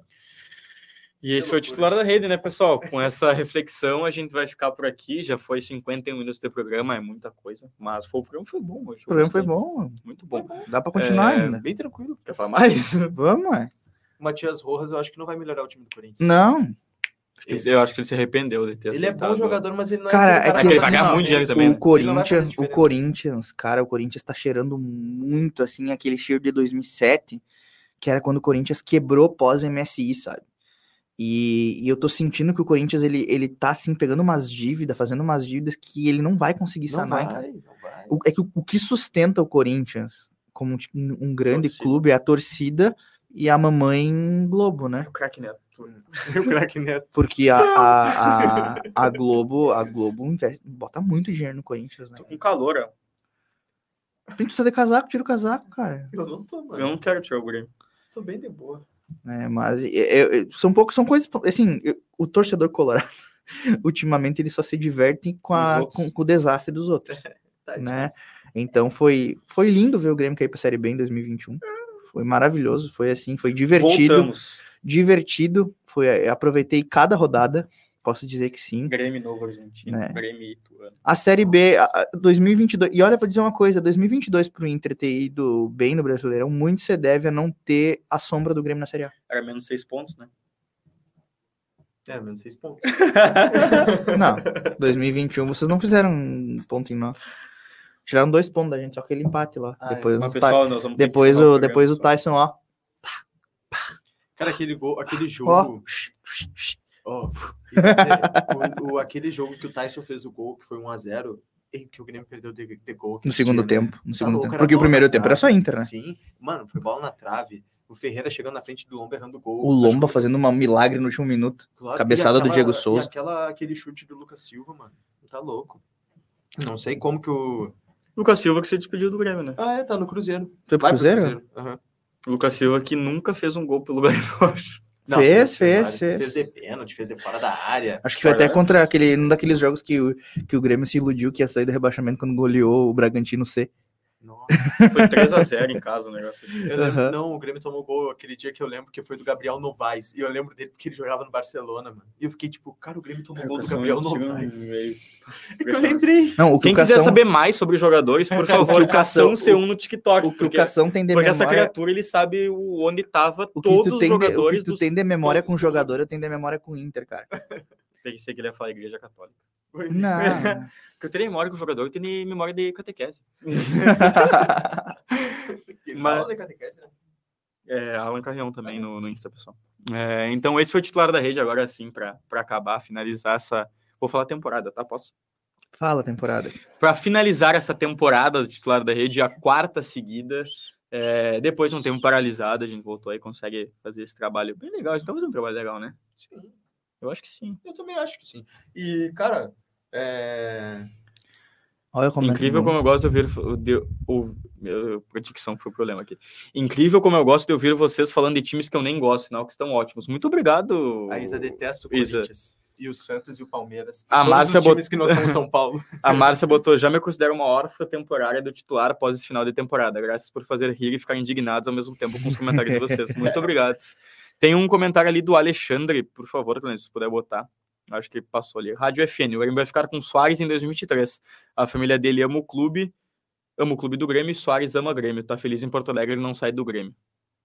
E esse foi o titular da rede, né, pessoal? Com essa reflexão, a gente vai ficar por aqui. Já foi cinquenta e um minutos de programa, é muita coisa. Mas foi, o programa foi bom hoje. O programa foi gostei. bom, Muito bom. dá pra continuar É, ainda. Bem tranquilo. Quer falar mais? Vamos, é. O Matias Rojas, eu acho que não vai melhorar o time do Corinthians. Não, Eu acho que ele se arrependeu de ter Ele é bom aceitado. jogador, mas ele não cara, é é aquele que ele cara vai assim, ganhar ó, muito dinheiro esse- também, o né? Ele não vai fazer Corinthians, o diferença. Corinthians, cara, o Corinthians tá cheirando muito assim aquele cheiro de dois mil e sete, que era quando o Corinthians quebrou pós-M S I, sabe? E, e eu tô sentindo que o Corinthians, ele, ele tá, assim, pegando umas dívidas, fazendo umas dívidas que ele não vai conseguir Não sanar, vai, cara. não vai. O- é que o, o que sustenta o Corinthians como tipo, um um grande Torcida. clube é a torcida e a mamãe Globo, né? O craque Neto. O craque Neto. Porque a, a, a, a Globo, a Globo investe, bota muito dinheiro no Corinthians, né? Tô com calor, ó. Tem que tu tá de casaco, tira o casaco, cara. Eu não tô, mano. Eu não quero tirar o Grêmio. Tô bem de boa. É, mas é, é, é, são poucos, são coisas, assim, eu- o torcedor colorado, ultimamente ele só se diverte com, a, Os outros. com, com o desastre dos outros. Tá Né? difícil. Então foi, foi lindo ver o Grêmio cair pra Série B em dois mil e vinte e um. Foi maravilhoso, foi assim, foi divertido. Voltamos. Divertido, foi, aproveitei cada rodada, posso dizer que sim. Grêmio Novo Horizontino. Né? Grêmio Ituano. A Série B, a- a dois mil e vinte e dois, e olha, vou dizer uma coisa, dois mil e vinte e dois pro Inter ter ido bem no Brasileirão, muito se deve a não ter a sombra do Grêmio na Série A. Era menos seis pontos, né? É, menos seis pontos. Não, dois mil e vinte e um vocês não fizeram um ponto em nós. Tiraram dois pontos da gente, só aquele empate lá. Ah, é. depois Mas, os pessoal, nós vamos ter que depois, encerrar o, programa, depois o pessoal. Tyson, ó. Cara, aquele, gol, aquele Ó. jogo... Ó, quer dizer, o, o- aquele jogo que o Tyson fez o gol, que foi um a zero, e que o Grêmio perdeu de, de gol. No segundo dia, né? tempo. No Tá segundo louco, tempo. era Porque o bola primeiro na tempo trave. era só Inter, né? Sim, mano, foi bola na trave. O Ferreira chegando na frente do Lomba errando o gol. O Lomba fazendo um milagre no último minuto. Claro, cabeçada e do aquela- Diego Souza. E aquela, aquele chute do Lucas Silva, mano. Tá louco. Não sei como que o... Lucas Silva que se despediu do Grêmio, né? Ah, é, tá no Cruzeiro. Foi pro Vai pro Cruzeiro? Aham. Lucas Silva que nunca fez um gol pelo Grêmio, eu acho. Não, Fez, fez, vários. fez. Fez de pênalti, fez de fora da área. Acho que foi até Caralho. contra aquele, um daqueles jogos que o, que o Grêmio se iludiu que ia sair do rebaixamento quando goleou o Bragantino C. Nossa. Foi três a zero em casa o negócio assim. Eu lembro- Aham. Não, o Grêmio tomou gol aquele dia que eu lembro que foi do Gabriel Novaes. E eu lembro dele porque ele jogava no Barcelona, mano. E eu fiquei tipo, cara, o Grêmio tomou gol do Gabriel Novaes. É que eu lembrei. Não, o que Quem o quiser Cação, saber mais sobre os jogadores, por O favor, que o Cação Cação- C um no TikTok. o que o porque Cação tem de porque essa memória... criatura, ele sabe o- onde tava O que todos tu os tem de, o jogadores que tu dos... tem de memória todos com os jogador, eu tenho de memória com o Inter, cara. Pensei que ele ia falar Igreja Católica. Não. Porque eu tenho memória com o jogador, eu tenho memória de catequese. Ele Mas- fala de catequese, né? É, Alan Carrião também no, no Insta, pessoal. É, então, esse foi o titular da rede, agora sim, para acabar, finalizar essa... Vou falar temporada, tá? Posso? Fala, temporada. Para finalizar essa temporada do titular da rede, a quarta seguida, É, depois de um tempo paralisado, a gente voltou aí e consegue fazer esse trabalho bem legal. A gente tá fazendo um trabalho legal, né? Sim. Eu acho que sim. Eu também acho que sim. E, cara, é... Olha como Incrível como eu gosto de ouvir... De, o, a dicção foi o problema aqui. Incrível como eu gosto de ouvir vocês falando de times que eu nem gosto, sinal que estão ótimos. Muito obrigado. A Isa detesta o Isa. Corinthians. E o Santos e o Palmeiras. A Todos Márcia os times bot... que não são São Paulo. A Márcia botou, já me considero uma órfã temporária do titular após esse final de temporada. Graças por fazer rir e ficar indignados ao mesmo tempo com os comentários de vocês. Muito obrigado. Tem um comentário ali do Alexandre, por favor, se puder botar. Acho que passou ali. Rádio F N, o Grêmio vai ficar com Soares em dois mil e vinte e três. A família dele ama o clube, ama o clube do Grêmio e Soares ama o Grêmio. Tá feliz em Porto Alegre, ele não sai do Grêmio.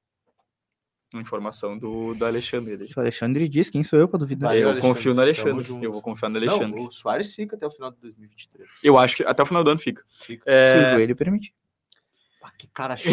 Informação do, do Alexandre. Se o Alexandre diz, quem sou eu pra duvidar? Eu Alexandre, confio no Alexandre. tamo junto. Eu vou confiar no Alexandre. Não, o Soares fica até o final de dois mil e vinte e três. Eu acho que até o final do ano fica. Fica. É... Se o joelho permitir. Ah, que cara chato.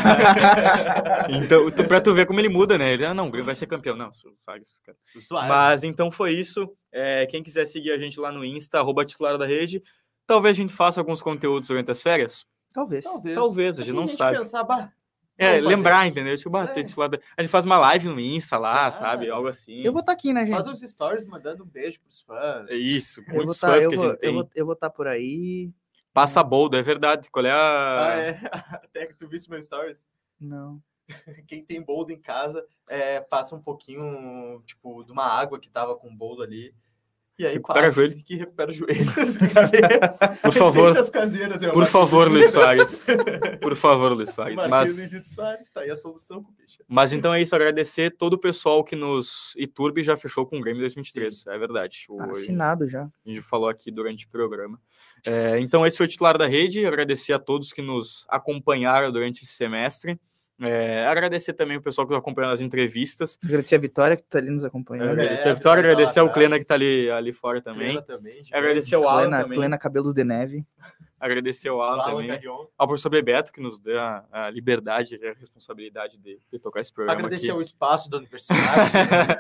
Então, tu, pra tu ver como ele muda, né? Ele, ah, não, o Grêmio vai ser campeão. Não, Soares, cara. Soares. Mas então foi isso. É, quem quiser seguir a gente lá no Insta, arroba titular da rede, talvez a gente faça alguns conteúdos durante as férias. Talvez. Talvez. Talvez, a gente Assim, não a gente sabe. Pensar, bah, É, vamos fazer. lembrar, entendeu? Tipo, ah, É. titular da... A gente faz uma live no Insta lá, Ah, sabe? Algo assim. Eu vou estar aqui, né, gente? faz uns stories mandando um beijo pros fãs. É isso, Eu vou muitos tá, fãs eu que a vou, gente eu tem. vou, eu vou estar por aí. Passa boldo, é verdade. Qual é a... Ah, é. Até que tu visse meus stories. Não. Quem tem boldo em casa, é, passa um pouquinho, tipo, de uma água que tava com boldo ali. E aí Recupera passa, joelho. que recupera joelhos, cabeça. Por favor. Receitas caseiras. eu Por marquei favor, Luiz- Luiz Soares. Por favor, Luiz Soares. Marquei Mas... Luizito Soares, tá aí a solução, bicho. Mas então é isso, agradecer todo o pessoal que nos... Iturbe já fechou com o Grêmio dois mil e vinte e três, é verdade. O... Assinado já. A gente falou aqui durante o programa. É, então esse foi o titular da rede, agradecer a todos que nos acompanharam durante esse semestre. É, agradecer também o pessoal que nos acompanhou nas entrevistas. Agradecer a Vitória que tá ali nos acompanhando. Agradecer É, a Vitória, a Vitória tá agradecer lá ao Klena atrás. que tá ali, ali fora também. Plena também. de Agradecer ao Alan Plena, também. plena Cabelos de Neve. Agradecer ao Alan Alan também. Carrion. Ao professor Bebeto, que nos deu a, a liberdade e a responsabilidade de, de tocar esse programa Agradecer aqui. ao espaço da universidade.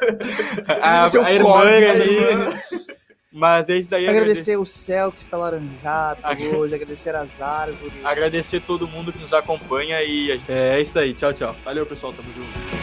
a, Agradecer o a irmã Cosme, ali. Mas é isso daí. Agradecer o céu que está laranjado Agra- hoje. Agradecer as árvores. Agradecer todo mundo que nos acompanha e é isso daí. Tchau, tchau. Valeu, pessoal. Tamo junto.